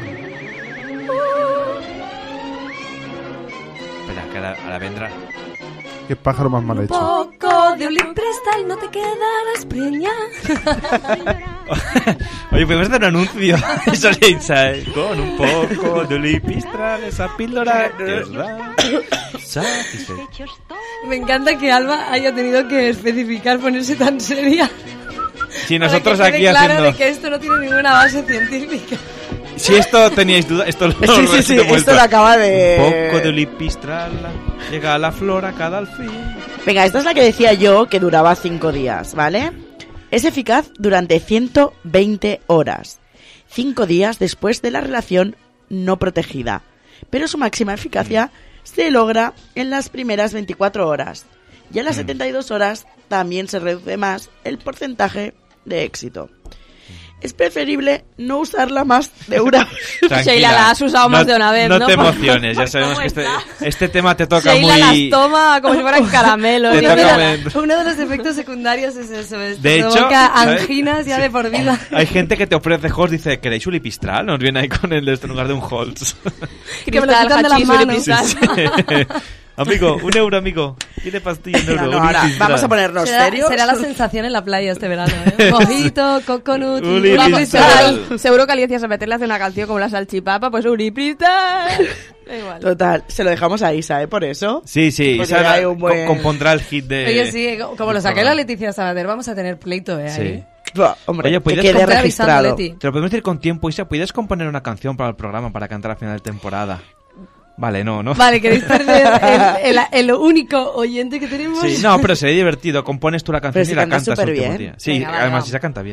Espera, que ahora vendrá. Qué pájaro más mal hecho. Poco de ulipristal, no te quedarás preñada. Oye, podemos hacer un anuncio. Eso le Isa, con un poco de ulipistral, esa píldora que os da satisfecho. Me encanta que Alba haya tenido que especificar, ponerse tan seria. Si nosotros para que aquí quede claro haciendo... de que esto no tiene ninguna base científica. Si esto teníais duda, esto lo Sí, esto lo acaba de... Un poco de ulipistral, llega a la flor a cada alfil. Venga, esta es la que decía yo que duraba 5 días, ¿vale? Es eficaz durante 120 horas. 5 días después de la relación no protegida. Pero su máxima eficacia se logra en las primeras 24 horas. Y en las 72 horas también se reduce más el porcentaje de éxito. Es preferible no usarla más de una vez. Sheila, la has usado más de una vez, ¿no? No te emociones, ya sabemos que este tema te toca Sheila muy... las toma como si fueran caramelos. Te toca muy- Uno de los efectos secundarios es eso. Es De que hecho, provoca ¿sabes? anginas ya de por vida. Hay gente que te ofrece Holz, dice, ¿queréis ulipistral? Nos viene ahí con el de esto en lugar de un Holz. Que me lo quitan de las hachís, manos. ulipristal. Sí. Amigo, €1, amigo. Tiene pastilla en euro. No, ahora ulipistral. vamos a ponernos Será, serios. será la sensación en la playa este verano, ¿eh? Mojito, coconut, Ulipristal. ulipristal. Seguro que Alicia se meterle a hacer una canción como la salchipapa, pues ulipristal. Da igual. Total, se lo dejamos a Isa, ¿eh? Por eso. Sí, Porque Isa hay un buen- compondrá el hit de... Oye, sí, como lo saqué la Leticia Sabater, vamos a tener pleito, ¿eh? Sí. ahí. Buah, hombre, Oye, que ¿puedes quede comprar registrado. avisando, Leti. Te lo podemos decir con tiempo, Isa. ¿Puedes componer una canción para el programa para cantar a final de temporada? Vale, no. Vale, ¿queréis perder el único oyente que tenemos? Sí, no, pero sería divertido. Compones tú la canción Pero si y la cantas cantas el superbién. último día. Sí, Venga, vale, además vamos. Isa canta bien.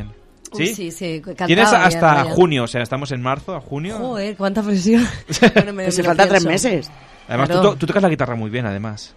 ¿Sí? Sí, cantaba Tienes bien, hasta bien. junio, o sea, estamos en marzo, a junio. Joder, cuánta presión. Bueno, Pues se faltan 3 meses. Además, Claro. tú tocas la guitarra muy bien, además.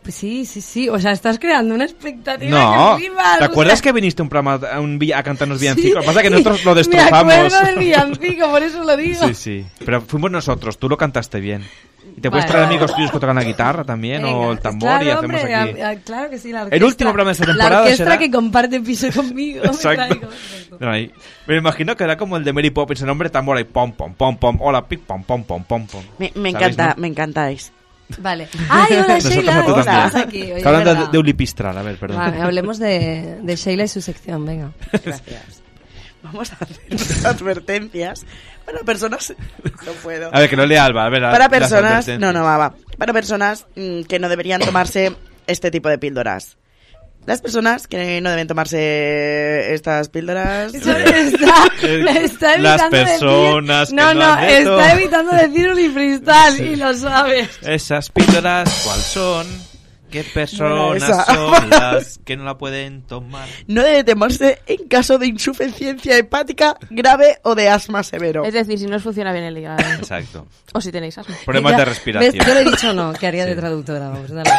Sí. O sea, estás creando una expectativa No, que flipas, ¿te acuerdas o sea, que viniste a un programa a cantarnos villancicos? Lo que pasa es que sí, nosotros lo Me destrozamos. acuerdo del villancico, por eso lo digo. Sí. Pero fuimos nosotros, tú lo cantaste bien. ¿Y te puedes Vale. traer amigos tuyos que tocan la guitarra también? Venga, o el tambor claro, y hacemos hombre, aquí. claro que sí, la El orquestra. último programa de esta La temporada orquestra será... que comparte piso conmigo. me Exacto. traigo. No, ahí. Me imagino que era como el de Mary Poppins, el hombre tambor ahí, pom, pom, pom, pom, hola, pic, pom, pom, pom, pom, pom. Me ¿Sabéis, encanta, no? me encantáis. Vale. ¡Ay, hola, Nosotros Sheila! a tú ¿Cómo también. estás aquí? Oye, Está hablando verdad. de Ulipistral, a ver, perdón. Vale, hablemos de Sheila y su sección, venga. Gracias. Vamos a hacer unas advertencias para personas... No puedo. A ver, que lo lea Alba, a ver. Para las personas... advertencias. No, va. Para personas que no deberían tomarse este tipo de píldoras. Las personas que no deben tomarse estas píldoras... Eso me está Las evitando personas decir... que No, no han de está tomar. evitando decir Unifristal y lo sabes. Esas píldoras, ¿cuáles son? ¿Qué personas Bueno, esa. son las que no la pueden tomar? No debe tomarse en caso de insuficiencia hepática grave o de asma severo. Es decir, si no os funciona bien el hígado. Exacto. O si tenéis asma. Problemas Ya, de respiración. ¿ves? Yo le he dicho no, que haría de Sí. traductora. Vamos, dale.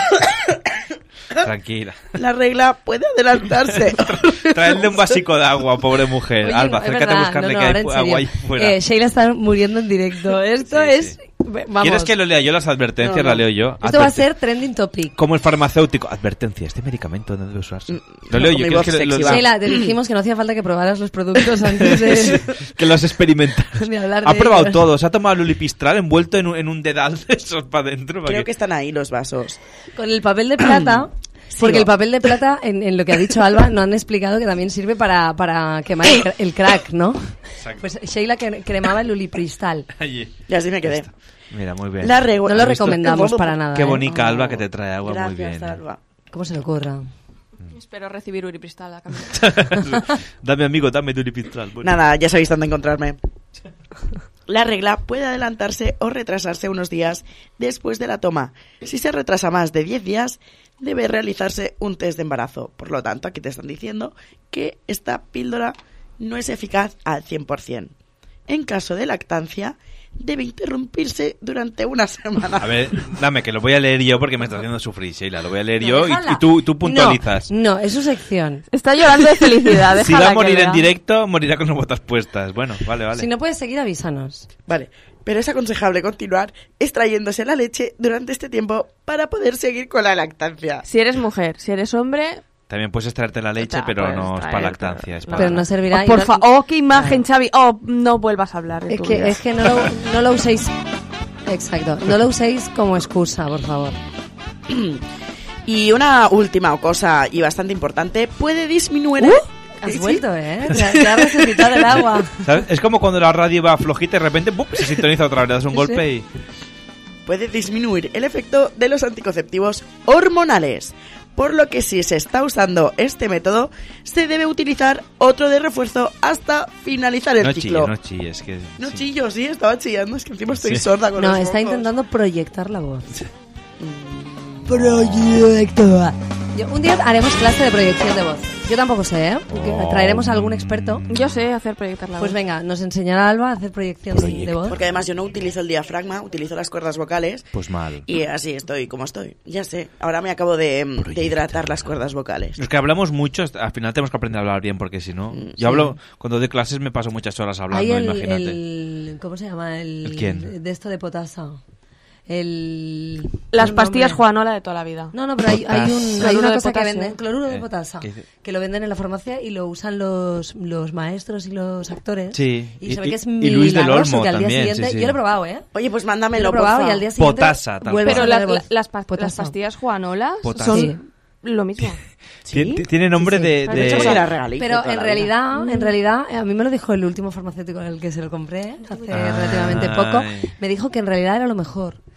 Tranquila. La regla puede adelantarse. Traedle un vasico de agua, pobre mujer. Oye, Alba, es acércate verdad, a buscarle no, que ahora hay en agua ahí serio. fuera. Sheila está muriendo en directo. Esto es... Vamos. ¿Quieres que lo lea yo? Las advertencias No, no. las leo yo. Esto va a ser trending topic. Como el farmacéutico. Advertencia, este medicamento no debe usarse. Lo leo yo. ¿Quieres que lo- Sheila, te dijimos que no hacía falta que probaras los productos antes de... que los experimentaras. de hablar Ha de probado ellos. todo. Se ha tomado el ulipistral envuelto en un dedal de esos para adentro. Creo que están ahí los vasos. Con el papel de plata... Porque el papel de plata, en lo que ha dicho Alba, no han explicado que también sirve para quemar el crack, ¿no? Exacto. Pues Sheila cremaba el ulipristal. Allí. Y así me quedé. Mira, muy bien. No lo ¿Has visto? recomendamos para nada. Qué ¿eh? bonita Alba que te trae agua, muy Gracias, bien. Alba. ¿Cómo se le ocurra? Espero recibir Uripristal a cambio. Dame, amigo, dame tu ulipistral. Bueno. Nada, ya sabéis dónde encontrarme. La regla puede adelantarse o retrasarse unos días después de la toma. Si se retrasa más de 10 días, debe realizarse un test de embarazo. Por lo tanto, aquí te están diciendo que esta píldora no es eficaz al 100%. En caso de lactancia, debe interrumpirse durante una semana. A ver, dame, que lo voy a leer yo porque me está haciendo sufrir, Sheila. Lo voy a leer No, yo déjala. y tú puntualizas. No, es su sección. Está llorando de felicidad. Si déjala va a que morir lea. en directo, morirá con las botas puestas. Bueno, vale. Si no puedes seguir, avísanos. Vale, pero es aconsejable continuar extrayéndose la leche durante este tiempo para poder seguir con la lactancia. Si eres mujer, si eres hombre... También puedes extraerte la leche, Ya, pero puedes no es para traerte. lactancia. Es para... Pero no servirá. Oh, y por no- favor, oh, qué imagen, Xavi. Oh, no vuelvas a hablar de tu vida. Es que no lo uséis... Exacto. No lo uséis como excusa, por favor. Y una última cosa y bastante importante, puede disminuir... Has Sí. vuelto, ¿eh? Te ha resucitado el agua. ¿Sabes? Es como cuando la radio va flojita y de repente ¡pum! Se sintoniza otra vez, le das un Sí, golpe y... Puede disminuir el efecto de los anticonceptivos hormonales, por lo que si se está usando este método, se debe utilizar otro de refuerzo hasta finalizar el ciclo. No chilles, que... No sí. chillo, sí, estaba chillando, es que encima estoy Sí. sorda con No, los está mocos. intentando proyectar la voz. Proyecto. Un día haremos clase de proyección de voz. Yo tampoco sé, ¿eh? Porque traeremos a algún experto. Yo sé hacer proyectar la Pues voz. venga, nos enseñará Alba a hacer proyección de voz. Porque además yo no utilizo el diafragma, utilizo las cuerdas vocales. Pues mal. Y así estoy como estoy. Ya sé, ahora me acabo de hidratar las cuerdas vocales. Es que hablamos mucho, al final tenemos que aprender a hablar bien, porque si no... Yo hablo, cuando doy clases me paso muchas horas hablando, Hay imagínate. ¿cómo se llama? ¿El quién? De esto de potasa. Las un pastillas nombre. Juanola de toda la vida. No, pero hay Cloruro una de cosa que potasio. venden, cloruro de ¿qué potasio, dice? que lo venden en la farmacia y lo usan los maestros y los actores. Sí. Y se ve Y- que es y Luis del milagroso Olmo que al día también, siguiente... sí, sí. Yo lo he probado, ¿eh? Oye, pues Yo lo mándamelo, he probado por y al día favor. siguiente... Potasa, tal vuelves Pero a las, hablar de voz. las Potasa. pastillas Juanola Potasio. Sí. son lo mismo. Tiene nombre Sí. de... De hecho, pues era regalito Pero toda en la realidad, a mí me lo dijo el último farmacéutico en el que se lo compré hace Ay. relativamente poco. Me dijo que en realidad era lo mejor.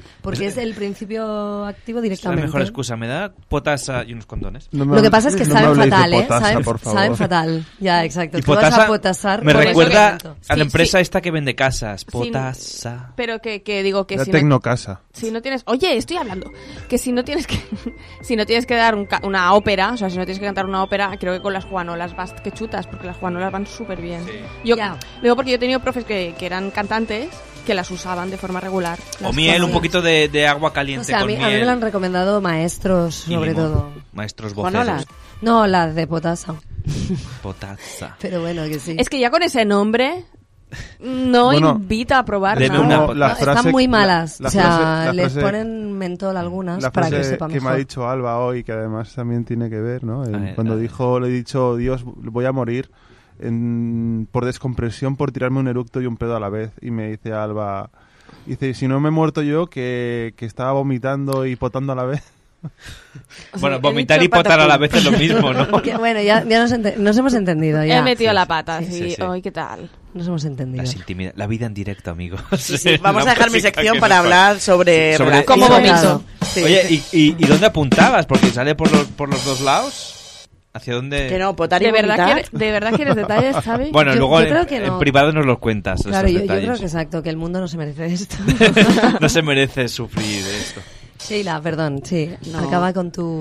Porque es el principio activo Es la directamente. mejor excusa. Me da potasa y unos condones. Lo que pasa es que saben habléis de fatal, potasa, por favor. Saben fatal. Ya, exacto. Y Tú vas potasa a potasar me por ese recuerda momento. a la Sí, empresa sí. esta que vende casas. Potasa. Pero que digo que La si no, Tecnocasa. si no tienes... Oye, estoy hablando. Que si no tienes que si no tienes que dar una ópera, o sea, si no tienes que cantar una ópera, creo que con las juanolas vas que chutas, porque las juanolas van súper bien. Yo Ya. lo digo porque yo he tenido profes que eran cantantes que las usaban de forma regular. O Las miel, un juanolas. poquito de agua O caliente sea, a con mí miel. me lo han recomendado maestros, y sobre limón. todo. Maestros ¿Juanolas? voceros. No, la de potasa. Potasa. Pero bueno, que sí. Es que ya con ese nombre no Bueno, invita a probar deme nada. una- la No, frase- están muy malas. la o sea, frase- la les frase- ponen mentol algunas La para frase que sepa que mejor. me ha dicho Alba hoy, que además también tiene que ver, ¿no? ver, Cuando a ver. dijo, le he dicho, Dios, voy a morir por descompresión, por tirarme un eructo y un pedo a la vez. Y me dice Alba, dice, si no me he muerto yo, que estaba vomitando y potando a la vez. Bueno, he vomitar dicho y potar a la patapum. vez es lo mismo, ¿no? Que bueno, ya nos hemos entendido. Ya. He metido la pata, sí, sí. sí. Hoy, ¿qué tal? Nos hemos entendido. La vida en directo, amigos. Sí, sí, vamos La a dejar mi música sección que para nos hablar sobre... Sobre- ¿Cómo relaciones. vomito? Sí. Oye, ¿y dónde apuntabas? Porque sale por los dos lados. ¿Hacia dónde? Que no, potar y ¿De verdad, vomitar. ¿De verdad quieres detalles, Xavi? Bueno, Yo- luego yo creo que en no. privado nos los cuentas. Claro, esos yo creo detalles. que exacto, que el mundo no se merece esto. No se merece sufrir esto. Sheila, perdón, sí. No. Acaba con tu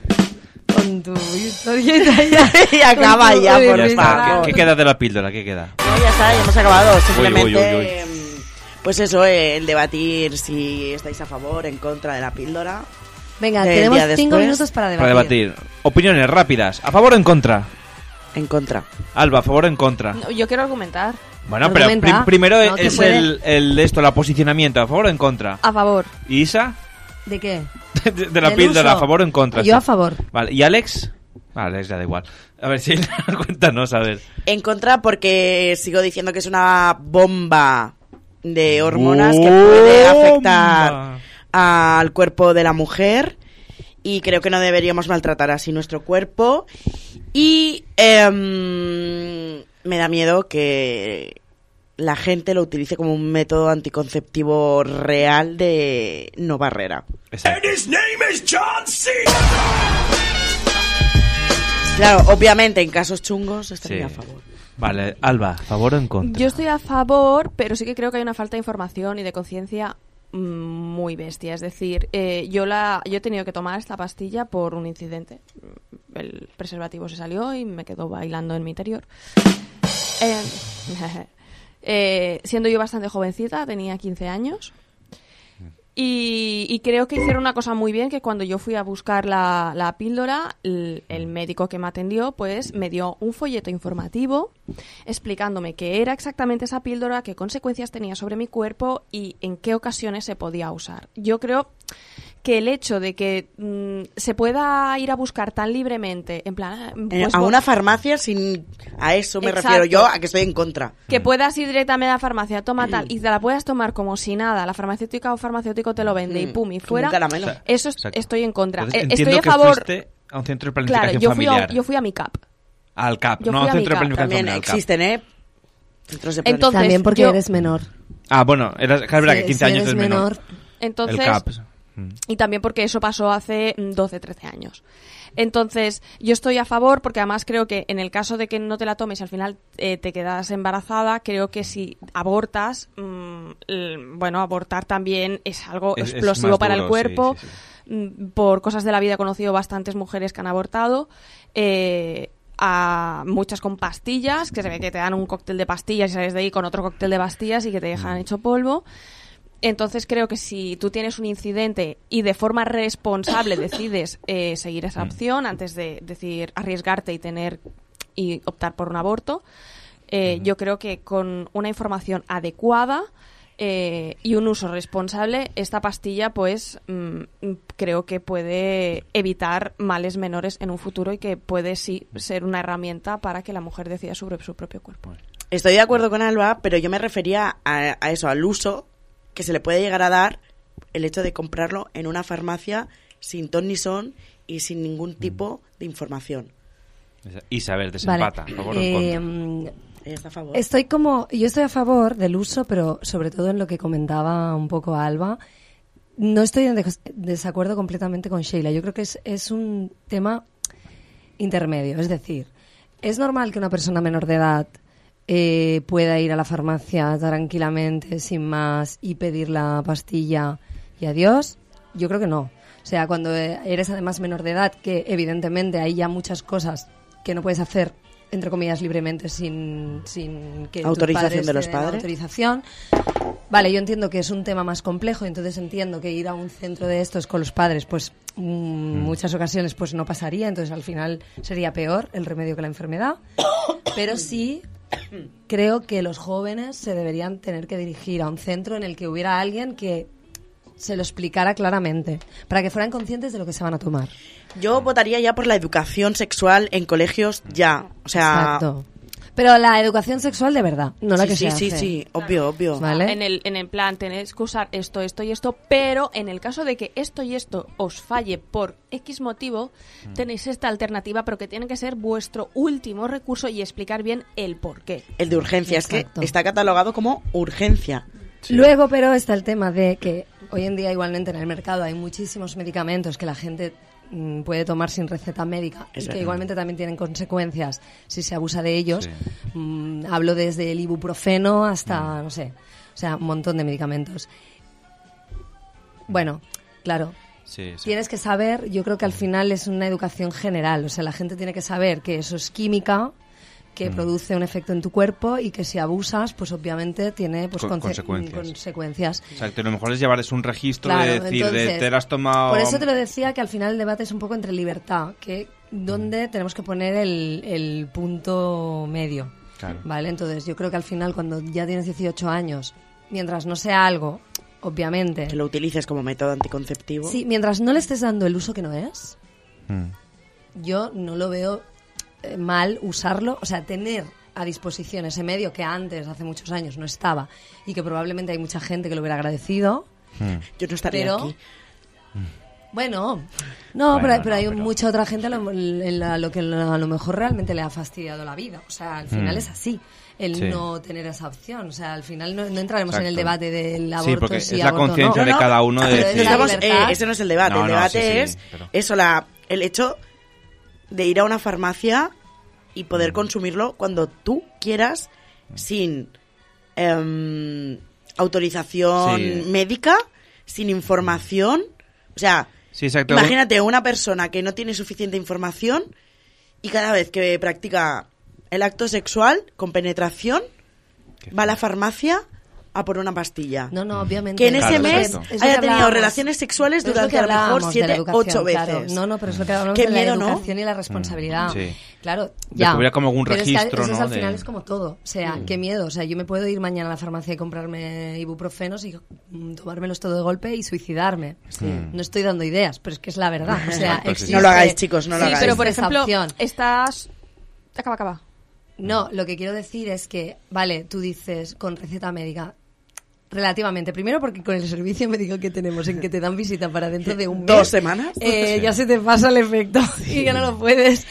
historieta ya. Y acaba Con tu- ya, por Ya está. favor. ¿Qué queda de la píldora? ¿Qué queda? No, ya está, ya hemos acabado. Simplemente, uy, uy. pues eso, el debatir si estáis a favor, en contra de la píldora. Venga, Del tenemos día 5 después. minutos para debatir. Para debatir. Opiniones rápidas. ¿A favor o en contra? En contra. Alba, ¿a favor o en contra? No, yo quiero argumentar. Bueno, pero Argumenta. primero No, que es puede. el de esto, la posicionamiento. ¿A favor o en contra? A favor. ¿Y Isa? ¿De qué? De la Del píldora, uso. ¿a favor o en contra? Yo Sí. a favor. Vale, ¿y Alex? Vale, Alex ya da igual. A ver, si cuéntanos, a ver. En contra porque sigo diciendo que es una bomba de hormonas que puede afectar al cuerpo de la mujer y creo que no deberíamos maltratar así nuestro cuerpo y me da miedo que la gente lo utilice como un método anticonceptivo real de no barrera. Exacto. Claro, obviamente en casos chungos estaría Sí. a favor. Vale, Alba, ¿a favor o en contra? Yo estoy a favor, pero sí que creo que hay una falta de información y de conciencia muy bestia. Es decir, yo he tenido que tomar esta pastilla por un incidente. El preservativo se salió y me quedó bailando en mi interior. Siendo yo bastante jovencita, tenía 15 años. Y creo que hicieron una cosa muy bien, que cuando yo fui a buscar la píldora, el médico que me atendió pues me dio un folleto informativo explicándome qué era exactamente esa píldora, qué consecuencias tenía sobre mi cuerpo y en qué ocasiones se podía usar. Yo creo que el hecho de que se pueda ir a buscar tan libremente, en plan... pues, a una farmacia sin... A eso me Exacto. refiero yo, a que estoy en contra. que puedas ir directamente a la farmacia, toma tal, y te la puedas tomar como si nada, la farmacéutica o farmacéutico te lo vende y pum, y como fuera. un caramelo. Eso Exacto. estoy en contra. Entonces, Estoy entiendo a que favor... fuiste a un centro de Claro, planificación familiar. yo fui a mi CAP. Al CAP, yo no fui a a un mi centro de CAP. planificación También familiar. al CAP. existen, centros de Entonces, También porque yo- eres menor. Ah, bueno, claro, es verdad que 15 Si años eres es menor. Entonces, El CAP. y también porque eso pasó hace 12, 13 años. Entonces, yo estoy a favor porque además creo que en el caso de que no te la tomes y al final te quedas embarazada, creo que si abortas, bueno, abortar también es algo Es explosivo más para duro, el cuerpo. sí, sí, Por cosas de la vida he conocido bastantes mujeres que han abortado. A muchas con pastillas, que se ve que te dan un cóctel de pastillas y sales de ahí con otro cóctel de pastillas y que te dejan hecho polvo. Entonces creo que si tú tienes un incidente y de forma responsable decides seguir esa opción antes de decir arriesgarte y optar por un aborto, yo creo que con una información adecuada y un uso responsable, esta pastilla pues creo que puede evitar males menores en un futuro y que puede sí ser una herramienta para que la mujer decida sobre su propio cuerpo. Estoy de acuerdo con Alba, pero yo me refería a eso, al uso que se le puede llegar a dar el hecho de comprarlo en una farmacia sin ton ni son y sin ningún tipo de información. Y saber, desempata. Vale. ¿A favor o en contra? Ella está a favor. Yo estoy a favor del uso, pero sobre todo en lo que comentaba un poco Alba, no estoy en desacuerdo completamente con Sheila. Yo creo que es un tema intermedio. Es decir, es normal que una persona menor de edad pueda ir a la farmacia tranquilamente, sin más, y pedir la pastilla y adiós. Yo creo que no. O sea, cuando eres además menor de edad, que evidentemente hay ya muchas cosas que no puedes hacer, entre comillas, libremente sin que autorización de los te den padres. Autorización. Vale, yo entiendo que es un tema más complejo, entonces entiendo que ir a un centro de estos con los padres, pues muchas ocasiones pues no pasaría, entonces al final sería peor el remedio que la enfermedad. Pero sí creo que los jóvenes se deberían tener que dirigir a un centro en el que hubiera alguien que se lo explicara claramente, para que fueran conscientes de lo que se van a tomar. Yo votaría ya por la educación sexual en colegios ya. O sea... Exacto. Pero la educación sexual de verdad, no la que se hace. Sí, obvio. ¿Vale? En el plan, tenéis que usar esto y esto, pero en el caso de que esto y esto os falle por X motivo, tenéis esta alternativa, pero que tiene que ser vuestro último recurso y explicar bien el porqué. El de urgencia, Exacto. Es que está catalogado como urgencia. Sí. Luego, pero está el tema de que hoy en día igualmente en el mercado hay muchísimos medicamentos que la gente puede tomar sin receta médica y que igualmente también tienen consecuencias si se abusa de ellos. Sí. Hablo desde el ibuprofeno hasta, no sé, o sea, un montón de medicamentos. Bueno, claro, tienes que saber, yo creo que al final es una educación general, o sea, la gente tiene que saber que eso es química, que produce un efecto en tu cuerpo y que si abusas, pues obviamente tiene pues consecuencias. Exacto, lo mejor es llevar un registro, claro, de decir, entonces, te lo has tomado... Por eso te lo decía, que al final el debate es un poco entre libertad, que donde tenemos que poner el punto medio. Claro. ¿Vale? Entonces yo creo que al final cuando ya tienes 18 años, mientras no sea algo, obviamente... Que lo utilices como método anticonceptivo. Sí, mientras no le estés dando el uso que no es, yo no lo veo mal usarlo, o sea, tener a disposición ese medio que antes, hace muchos años, no estaba y que probablemente hay mucha gente que lo hubiera agradecido. Yo no estaría aquí. Bueno, pero hay mucha otra gente a lo que a lo mejor realmente le ha fastidiado la vida. O sea, al final es así, no tener esa opción. O sea, al final no entraremos en el debate del aborto. Sí, porque si es la conciencia de cada uno de decir... ese no es el debate. El debate es eso, el hecho de ir a una farmacia y poder consumirlo cuando tú quieras, sin autorización médica, sin información. O sea, imagínate una persona que no tiene suficiente información y cada vez que practica el acto sexual con penetración va a la farmacia a por una pastilla. No, obviamente. Que en ese mes haya tenido relaciones sexuales durante a lo mejor 7, 8 veces. Claro. No, pero es lo que hablamos de la educación y la responsabilidad. Claro, ya. Hubiera como algún registro, pero eso ¿no? al final es como todo. O sea, qué miedo. O sea, yo me puedo ir mañana a la farmacia y comprarme ibuprofenos y tomármelos todo de golpe y suicidarme. No estoy dando ideas, pero es que es la verdad. O sea, existe... No lo hagáis, chicos, no lo hagáis. Pero por ejemplo, estás... Acaba. No, lo que quiero decir es que, vale, tú dices con receta médica... Relativamente. Primero porque con el servicio médico que tenemos en que te dan visita para dentro de un mes... 2 semanas. Ya se te pasa el efecto y ya no lo puedes...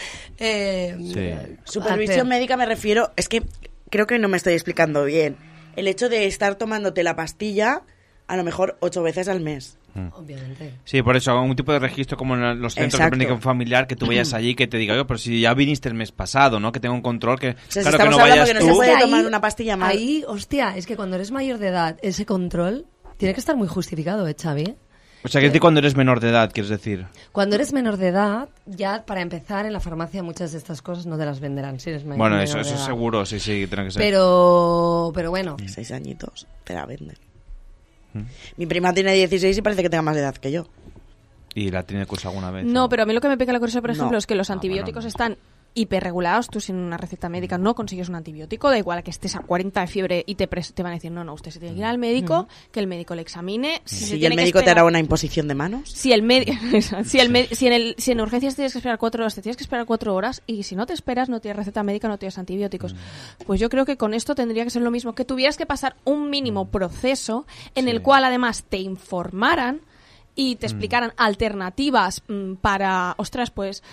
Supervisión médica me refiero... Es que creo que no me estoy explicando bien. El hecho de estar tomándote la pastilla a lo mejor 8 veces al mes. Obviamente. Sí, por eso, un tipo de registro como en los centros de planificación familiar, que tú vayas allí, que te diga, oye, pero si ya viniste el mes pasado, ¿no? Que tenga un control, que claro que no vayas que tú. No se puede tomar una pastilla mal. Ahí, hostia, es que cuando eres mayor de edad, ese control tiene que estar muy justificado, Xavi? O sea, que cuando eres menor de edad, quieres decir. Cuando eres menor de edad, ya para empezar, en la farmacia muchas de estas cosas no te las venderán si eres menor Bueno, de eso edad. seguro, sí, tiene que ser. Pero bueno. 6 añitos, te la venden. Mi prima tiene 16 y parece que tenga más de edad que yo. ¿Y la tiene curso alguna vez? No, pero a mí lo que me pica la curiosidad, por ejemplo, es que los antibióticos están hiperregulados. Tú sin una receta médica no consigues un antibiótico, da igual que estés a 40 de fiebre y te van a decir, no, usted se tiene que ir al médico, que el médico le examine. Si el médico te hará una imposición de manos. Si en urgencias tienes que esperar 4 horas, te tienes que esperar 4 horas, y si no te esperas, no tienes receta médica, no tienes antibióticos. Pues yo creo que con esto tendría que ser lo mismo, que tuvieras que pasar un mínimo proceso en el cual además te informaran y te explicaran alternativas para, ostras, pues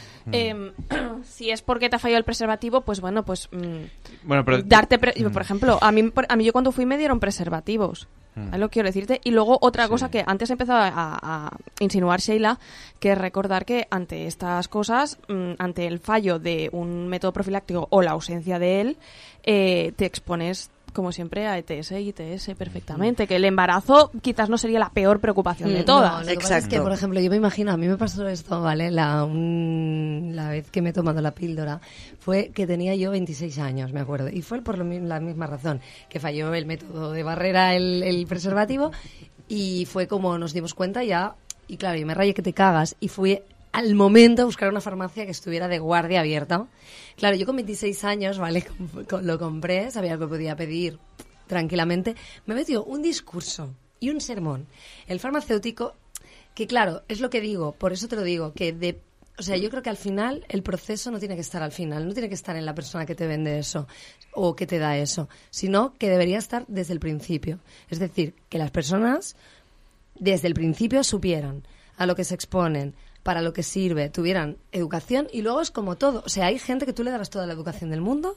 si es porque te ha fallado el preservativo, pues pero darte por ejemplo, a mí yo cuando fui me dieron preservativos. Es lo que quiero decirte. Y luego otra cosa que antes empezaba a insinuar Sheila, que es recordar que ante estas cosas, ante el fallo de un método profiláctico o la ausencia de él, te expones, como siempre, a ETS y ITS perfectamente. Que el embarazo quizás no sería la peor preocupación de todas. No, lo que pasa es que, por ejemplo, yo me imagino, a mí me pasó esto, ¿vale? La vez que me he tomado la píldora fue que tenía yo 26 años, me acuerdo. Y fue por la misma razón, que falló el método de barrera, el preservativo, y fue como nos dimos cuenta ya, y claro, yo me rayé que te cagas, y fui al momento a buscar una farmacia que estuviera de guardia abierta. Claro, yo con 26 años, ¿vale? Lo compré, sabía lo que podía pedir tranquilamente. Me metió un discurso y un sermón. El farmacéutico, que claro, es lo que digo, por eso te lo digo, que o sea, yo creo que al final el proceso no tiene que estar al final, no tiene que estar en la persona que te vende eso o que te da eso, sino que debería estar desde el principio. Es decir, que las personas desde el principio supieran a lo que se exponen, para lo que sirve, tuvieran educación, y luego es como todo. O sea, hay gente que tú le darás toda la educación del mundo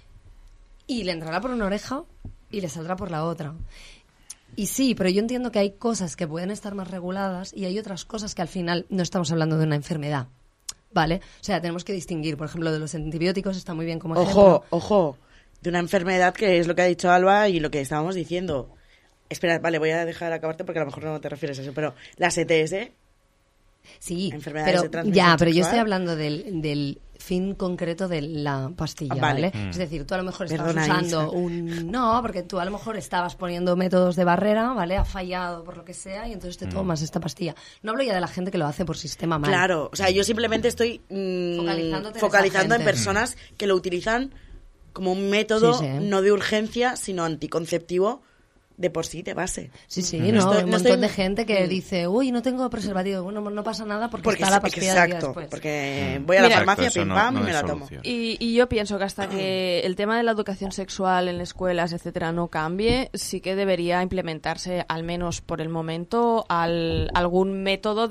y le entrará por una oreja y le saldrá por la otra. Y sí, pero yo entiendo que hay cosas que pueden estar más reguladas y hay otras cosas que al final no estamos hablando de una enfermedad, ¿vale? O sea, tenemos que distinguir, por ejemplo, de los antibióticos, está muy bien como ejemplo. Ojo, de una enfermedad que es lo que ha dicho Alba y lo que estábamos diciendo. Espera, vale, voy a dejar acabarte porque a lo mejor no te refieres a eso, pero las ETS... Sí, enfermedades de pero transmisión pero yo sexual. estoy hablando del fin concreto de la pastilla, ¿vale? Es decir, tú a lo mejor estabas usando No, porque tú a lo mejor estabas poniendo métodos de barrera, ¿vale? Ha fallado por lo que sea y entonces te tomas esta pastilla. No hablo ya de la gente que lo hace por sistema mal. Claro, o sea, yo simplemente estoy focalizando en personas que lo utilizan como un método no de urgencia, sino anticonceptivo de por sí de base. Sí, no, hay un montón de gente que dice, uy, no tengo preservativo. Bueno, no pasa nada porque está la pastilla del día después. Porque voy a la farmacia, pim pam, y me la tomo. Y yo pienso que hasta que el tema de la educación sexual en escuelas, etcétera, no cambie, sí que debería implementarse, al menos por el momento, algún método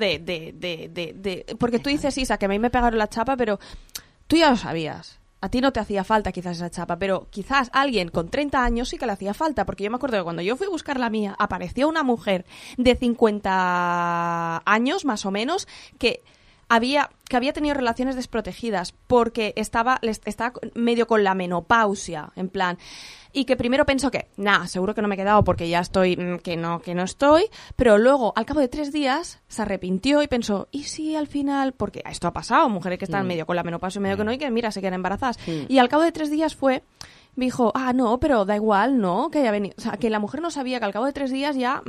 de porque tú dices, Isa, que a mí me pegaron la chapa, pero tú ya lo sabías. A ti no te hacía falta quizás esa chapa, pero quizás a alguien con 30 años sí que le hacía falta, porque yo me acuerdo que cuando yo fui a buscar la mía, apareció una mujer de 50 años, más o menos, que había tenido relaciones desprotegidas porque estaba medio con la menopausia, en plan... Y que primero pensó que, seguro que no me he quedado porque ya estoy, que no estoy, pero luego, al cabo de 3 días, se arrepintió y pensó, ¿y si al final? Porque esto ha pasado, mujeres que están medio con la menopausia, medio que no, y que mira, se quedan embarazadas. Y al cabo de 3 días dijo, no, pero da igual, ¿no? Que haya venido. O sea, que la mujer no sabía que al cabo de 3 días ya,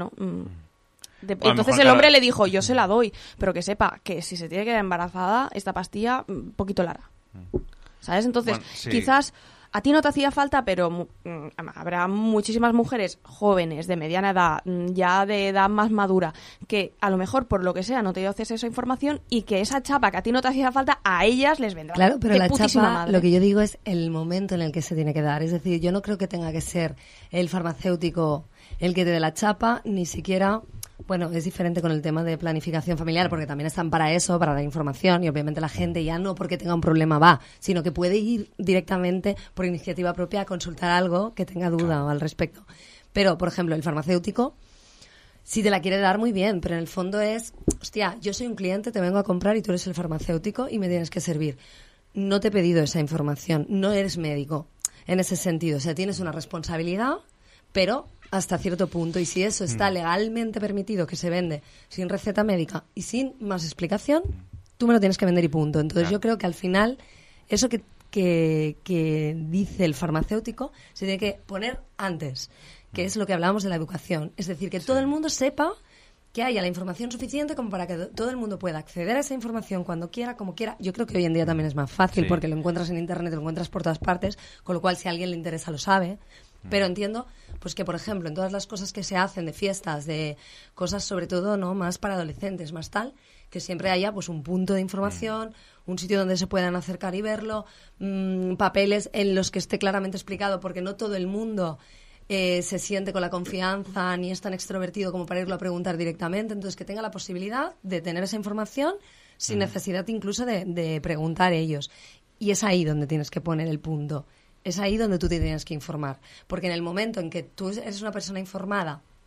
entonces el hombre le dijo, yo se la doy, pero que sepa que si se tiene que quedar embarazada, esta pastilla, poquito larga. ¿Sabes? Entonces, quizás... A ti no te hacía falta, pero habrá muchísimas mujeres jóvenes, de mediana edad, ya de edad más madura, que a lo mejor por lo que sea no te dio acceso a esa información y que esa chapa que a ti no te hacía falta, a ellas les vendrá. Claro, pero la chapa, madre. lo que yo digo es el momento en el que se tiene que dar. Es decir, yo no creo que tenga que ser el farmacéutico el que te dé la chapa, ni siquiera... Bueno, es diferente con el tema de planificación familiar, porque también están para eso, para dar información, y obviamente la gente ya no porque tenga un problema va, sino que puede ir directamente por iniciativa propia a consultar algo que tenga duda al respecto. Pero, por ejemplo, el farmacéutico, si te la quiere dar muy bien, pero en el fondo es, hostia, yo soy un cliente, te vengo a comprar y tú eres el farmacéutico y me tienes que servir. No te he pedido esa información, no eres médico en ese sentido, o sea, tienes una responsabilidad, pero... hasta cierto punto, y si eso está legalmente permitido que se vende sin receta médica y sin más explicación, tú me lo tienes que vender y punto. Entonces yo creo que al final eso que dice el farmacéutico se tiene que poner antes, que es lo que hablábamos de la educación. Es decir, que todo el mundo sepa que haya la información suficiente como para que todo el mundo pueda acceder a esa información cuando quiera, como quiera. Yo creo que hoy en día también es más fácil porque lo encuentras en internet, lo encuentras por todas partes, con lo cual si a alguien le interesa lo sabe. Pero entiendo pues que, por ejemplo, en todas las cosas que se hacen de fiestas, de cosas sobre todo no más para adolescentes, más tal, que siempre haya pues un punto de información, un sitio donde se puedan acercar y verlo, papeles en los que esté claramente explicado, porque no todo el mundo se siente con la confianza ni es tan extrovertido como para irlo a preguntar directamente, entonces que tenga la posibilidad de tener esa información sin necesidad incluso de preguntar ellos. Y es ahí donde tienes que poner el punto. Es ahí donde tú te tienes que informar. Porque en el momento en que tú eres una persona informada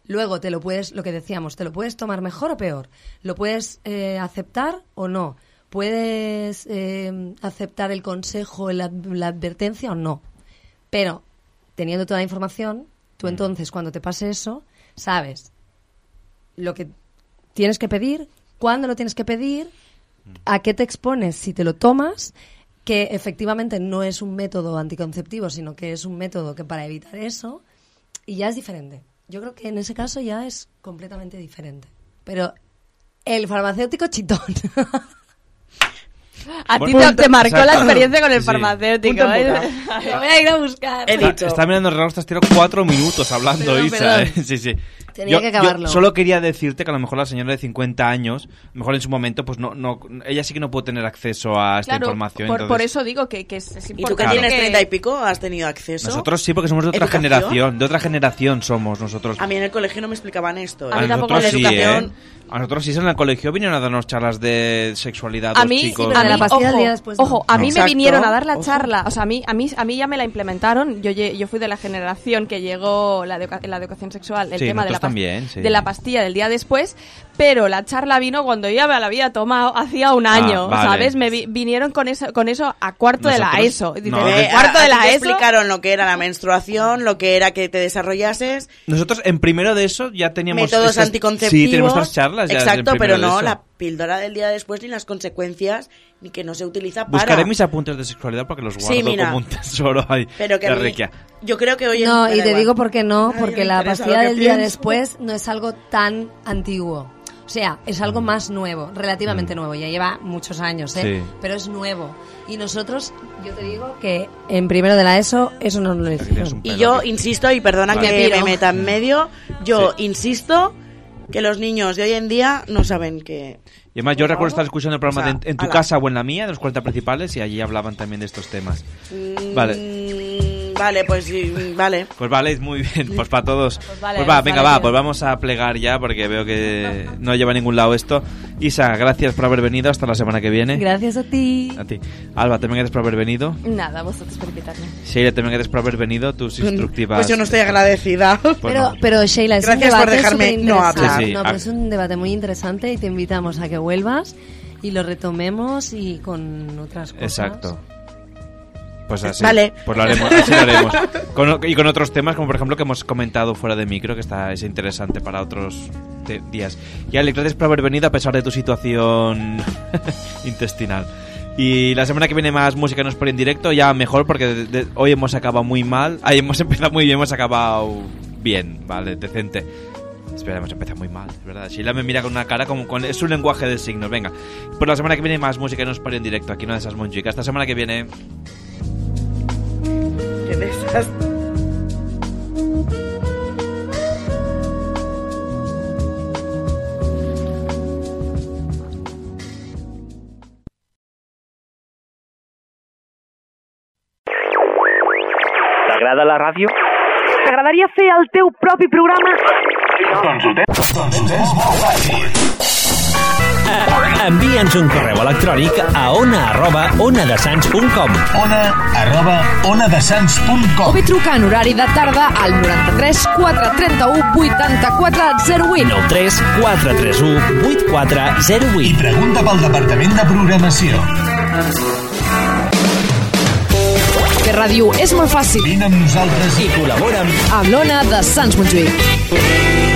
Luego te lo puedes, lo que decíamos, te lo puedes tomar mejor o peor. Lo puedes aceptar o no. Puedes aceptar el consejo, la advertencia o no. Pero teniendo toda la información, tú entonces cuando te pase eso, sabes lo que tienes que pedir, cuándo lo tienes que pedir, a qué te expones si te lo tomas, que efectivamente no es un método anticonceptivo, sino que es un método que para evitar eso, y ya es diferente. Yo creo que en ese caso ya es completamente diferente. Pero el farmacéutico chitón. A ti te marcó la experiencia con el farmacéutico. Lo voy a ir a buscar. Está mirando el reloj, te has tirado 4 minutos hablando, Perdón, Isa. perdón. Sí. Tenía que acabarlo. Yo solo quería decirte que a lo mejor la señora de 50 años, a lo mejor en su momento, pues no ella sí que no puede tener acceso a esta información. Por eso digo que es importante. ¿Y tú que tienes 30 y pico has tenido acceso? Nosotros sí, porque somos de otra generación. De otra generación somos nosotros. A mí en el colegio no me explicaban esto. A mí tampoco nosotros la educación. A nosotros sí en el colegio vinieron a darnos charlas de sexualidad a los mí, chicos. sí, a mí, la pastilla del día después, no. Ojo, a mí Exacto. me vinieron a dar la charla. O sea, a mí ya me la implementaron. Yo fui de la generación que llegó la educación sexual, el Sí, tema de nosotros también, sí. de la pastilla del día después, pero la charla vino cuando yo ya me la había tomado hacía un año, vale. ¿sabes? Me vinieron con eso a cuarto de la ESO. Dice, no. cuarto de a ti la te ESO. explicaron lo que era la menstruación, lo que era que te desarrollases. Nosotros en primero de eso ya teníamos... Métodos anticonceptivos. Sí, tenemos estas charlas ya. Exacto, en pero primero de no eso. la píldora del día después ni las consecuencias ni que no se utiliza para... Buscaré mis apuntes de sexualidad porque los guardo mira. como un tesoro ahí. Pero que a mí- Requia. yo creo que hoy en No, me y da te igual. digo por qué no, Nadie porque le la interesa pastilla lo que del día pienso. después no es algo tan antiguo. O sea, es algo más nuevo, relativamente nuevo. Ya lleva muchos años, ¿eh? Sí. Pero es nuevo. Y nosotros, yo te digo que en primero de la ESO eso no lo hicieron. Y yo insisto, y perdona Vale. que Me piro. me meta en medio, yo insisto que los niños de hoy en día no saben que... Y además yo recuerdo estar escuchando el programa O sea, en tu ala. casa o en la mía, de los 40 principales, y allí hablaban también de estos temas. Vale, pues vale. Pues vale, muy bien, pues para todos. vale, Pues va, venga, vale, va, bien. pues vamos a plegar ya porque veo que no lleva a ningún lado esto. Isa, gracias por haber venido, hasta la semana que viene. Gracias a ti. A ti. Alba, también gracias por haber venido. Nada, vosotros por invitarme. Sheila, también gracias por haber venido, tus instructivas. Pues yo no estoy agradecida. Pues no. Pero Sheila, es Gracias un por debate dejarme no superinteresante. hablar. Sí, sí. No, pero es un debate muy interesante y te invitamos a que vuelvas y lo retomemos y con otras cosas. Exacto. Pues así. Vale. Pues lo haremos, así lo haremos. Y con otros temas, como por ejemplo que hemos comentado fuera de micro, que es interesante para otros días. Y Ale, gracias por haber venido a pesar de tu situación intestinal. Y la semana que viene más música nos pone en directo, ya mejor, porque hoy hemos acabado muy mal. Ahí hemos empezado muy bien, hemos acabado bien, vale, decente. Espera, hemos empezado muy mal, es verdad. Sheila me mira con una cara como es un lenguaje de signos. Venga, pues la semana que viene más música nos pone en directo. Aquí no de esas Montjuic. Hasta la semana que viene. Qué desastre. T'agrada la ràdio? T'agradaria fer el teu propi programa? Envia'ns un correu electrònic a ona@onadesans.com ona@onadesans.com O bé truca en horari de tarda al 93 431 84 08. 93 431 8408 i pregunta pel Departament de Programació. Fer ràdio és molt fàcil. Vine amb nosaltres i col·labora amb l'Ona de Sants Montjuïc.